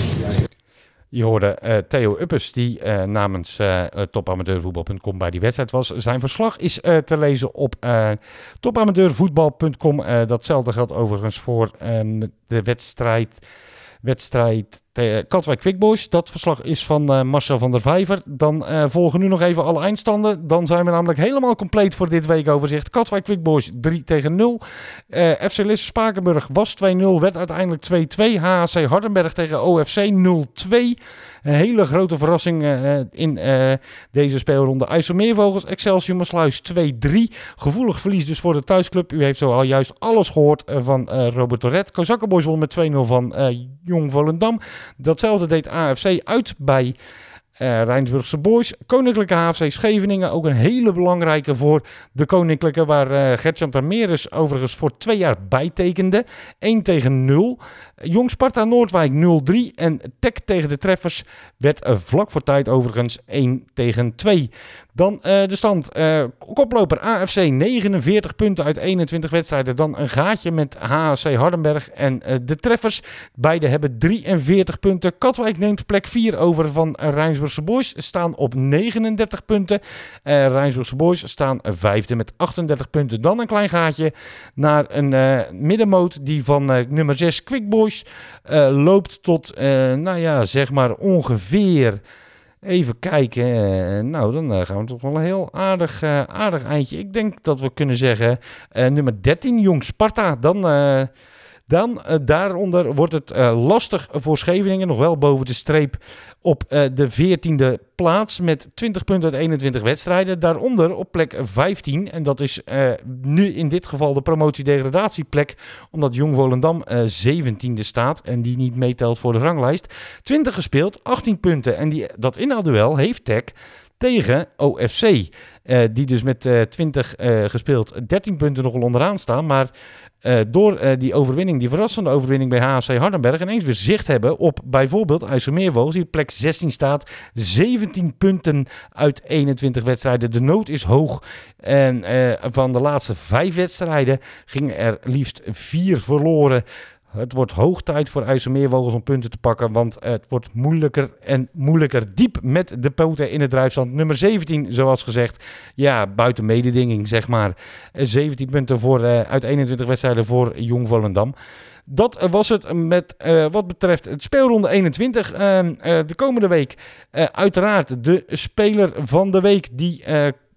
Je hoorde uh, Theo Uppes, die uh, namens uh, topamateurvoetbal punt com bij die wedstrijd was. Zijn verslag is uh, te lezen op uh, topamateurvoetbal punt com. Uh, datzelfde geldt overigens voor uh, de wedstrijd, wedstrijd te, Katwijk Quick Boys. Dat verslag is van uh, Marcel van der Vijver. Dan uh, volgen nu nog even alle eindstanden. Dan zijn we namelijk helemaal compleet voor dit weekoverzicht. Katwijk Quick Boys drie tegen nul. Uh, F C Lisse Spakenburg was twee nul, werd uiteindelijk twee twee. H H C Hardenberg tegen O F C nul twee. Een hele grote verrassing uh, in uh, deze speelronde. IJsselmeervogels, Excelsior Maasluis twee drie. Gevoelig verlies dus voor de thuisclub. U heeft zo al juist alles gehoord uh, van uh, Robert Toret. Kozakkenboys won met twee nul van uh, Jong Volendam. Datzelfde deed A F C uit bij Uh, Rijnsburgse Boys. Koninklijke H F C Scheveningen, ook een hele belangrijke voor de Koninklijke, waar uh, Gertjan Termeres overigens voor twee jaar bijtekende. één tegen nul. Jong Sparta Noordwijk nul drie en Tech tegen de Treffers werd uh, vlak voor tijd overigens één tegen twee. Dan uh, de stand. Uh, koploper A F C negenenveertig punten uit eenentwintig wedstrijden. Dan een gaatje met H H C Hardenberg en uh, de Treffers. Beide hebben drieënveertig punten. Katwijk neemt plek vier over van uh, Rijnsburgse Boys. Staan op negenendertig punten. Uh, Rijnsburgse Boys staan vijfde met achtendertig punten. Dan een klein gaatje naar een uh, middenmoot die van uh, nummer zes Quick Boys uh, loopt tot, uh, nou ja, zeg maar ongeveer... Even kijken. Uh, nou, dan uh, gaan we toch wel een heel aardig, uh, aardig eindje. Ik denk dat we kunnen zeggen uh, nummer dertien, Jong Sparta. Dan, uh, dan uh, daaronder wordt het uh, lastig voor Scheveningen. Nog wel boven de streep op uh, de veertiende plaats met twintig punten uit eenentwintig wedstrijden. Daaronder op plek vijftien. En dat is uh, nu in dit geval de promotie-degradatieplek. Omdat Jong Volendam uh, zeventiende staat en die niet meetelt voor de ranglijst. twintig gespeeld, achttien punten. En die, dat inhaalduel heeft Tech tegen O F C. Uh, die dus met uh, twintig uh, gespeeld dertien punten nog wel onderaan staan. Maar uh, door uh, die overwinning, die verrassende overwinning bij H H C Hardenberg, ineens weer zicht hebben op bijvoorbeeld IJsselmeervogels, die op plek zestien staat. zeventien punten uit eenentwintig wedstrijden. De nood is hoog. En uh, van de laatste vijf wedstrijden gingen er liefst vier verloren. Het wordt hoog tijd voor IJsselmeervogels om punten te pakken, want het wordt moeilijker en moeilijker. Diep met de poten in het drijfstand. Nummer zeventien, zoals gezegd. Ja, buiten mededinging, zeg maar. zeventien punten voor, uh, uit eenentwintig wedstrijden voor Jong Volendam. Dat was het met uh, wat betreft het speelronde eenentwintig. Uh, uh, de komende week uh, uiteraard de speler van de week die... Uh,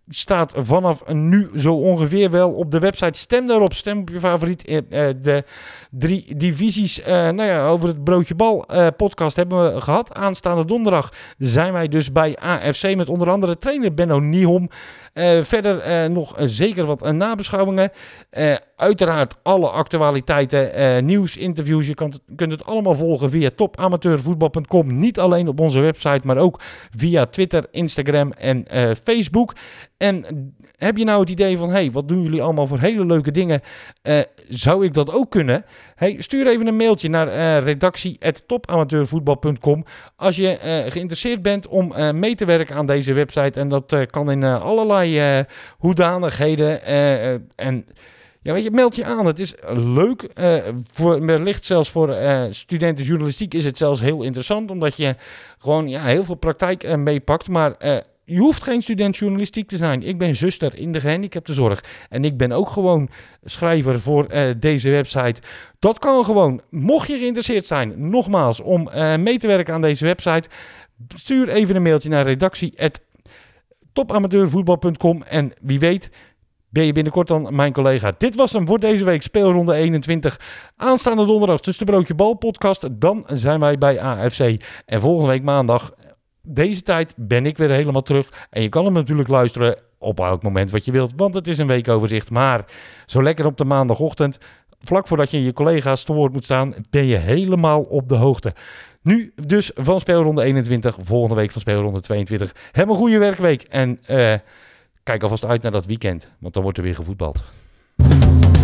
staat vanaf nu zo ongeveer wel op de website. Stem daarop, stem op je favoriet. Uh, de drie divisies uh, nou ja, over het Broodje Bal uh, podcast hebben we gehad. Aanstaande donderdag zijn wij dus bij A F C met onder andere trainer Benno Niehom. Uh, verder uh, nog uh, zeker wat uh, nabeschouwingen. Uh, uiteraard alle actualiteiten, uh, nieuws, interviews. Je kan het, kunt het allemaal volgen via top amateurvoetbal punt com. Niet alleen op onze website, maar ook via Twitter, Instagram en uh, Facebook. En heb je nou het idee van, hey, wat doen jullie allemaal voor hele leuke dingen? Uh, zou ik dat ook kunnen? Hey, stuur even een mailtje naar uh, redactie at top amateurvoetbal punt com als je uh, geïnteresseerd bent om uh, mee te werken aan deze website. En dat uh, kan in uh, allerlei uh, hoedanigheden. Uh, uh, en ja, weet je, meld je aan. Het is leuk. Uh, voor, wellicht zelfs voor uh, studenten journalistiek is het zelfs heel interessant, omdat je gewoon ja, heel veel praktijk uh, meepakt. Maar uh, je hoeft geen student journalistiek te zijn. Ik ben zuster in de gehandicaptenzorg. En ik ben ook gewoon schrijver voor uh, deze website. Dat kan gewoon. Mocht je geïnteresseerd zijn, nogmaals, om uh, mee te werken aan deze website, stuur even een mailtje naar redactie at top amateurvoetbal punt com. En wie weet ben je binnenkort dan mijn collega. Dit was hem voor deze week, speelronde eenentwintig. Aanstaande donderdag tussen de Broodje Bal podcast. Dan zijn wij bij A F C. En volgende week maandag, deze tijd, ben ik weer helemaal terug. En je kan hem natuurlijk luisteren op elk moment wat je wilt, want het is een weekoverzicht. Maar zo lekker op de maandagochtend, vlak voordat je je collega's te woord moet staan, ben je helemaal op de hoogte. Nu dus van speelronde eenentwintig, volgende week van speelronde tweeëntwintig. Heb een goede werkweek en uh, kijk alvast uit naar dat weekend, want dan wordt er weer gevoetbald.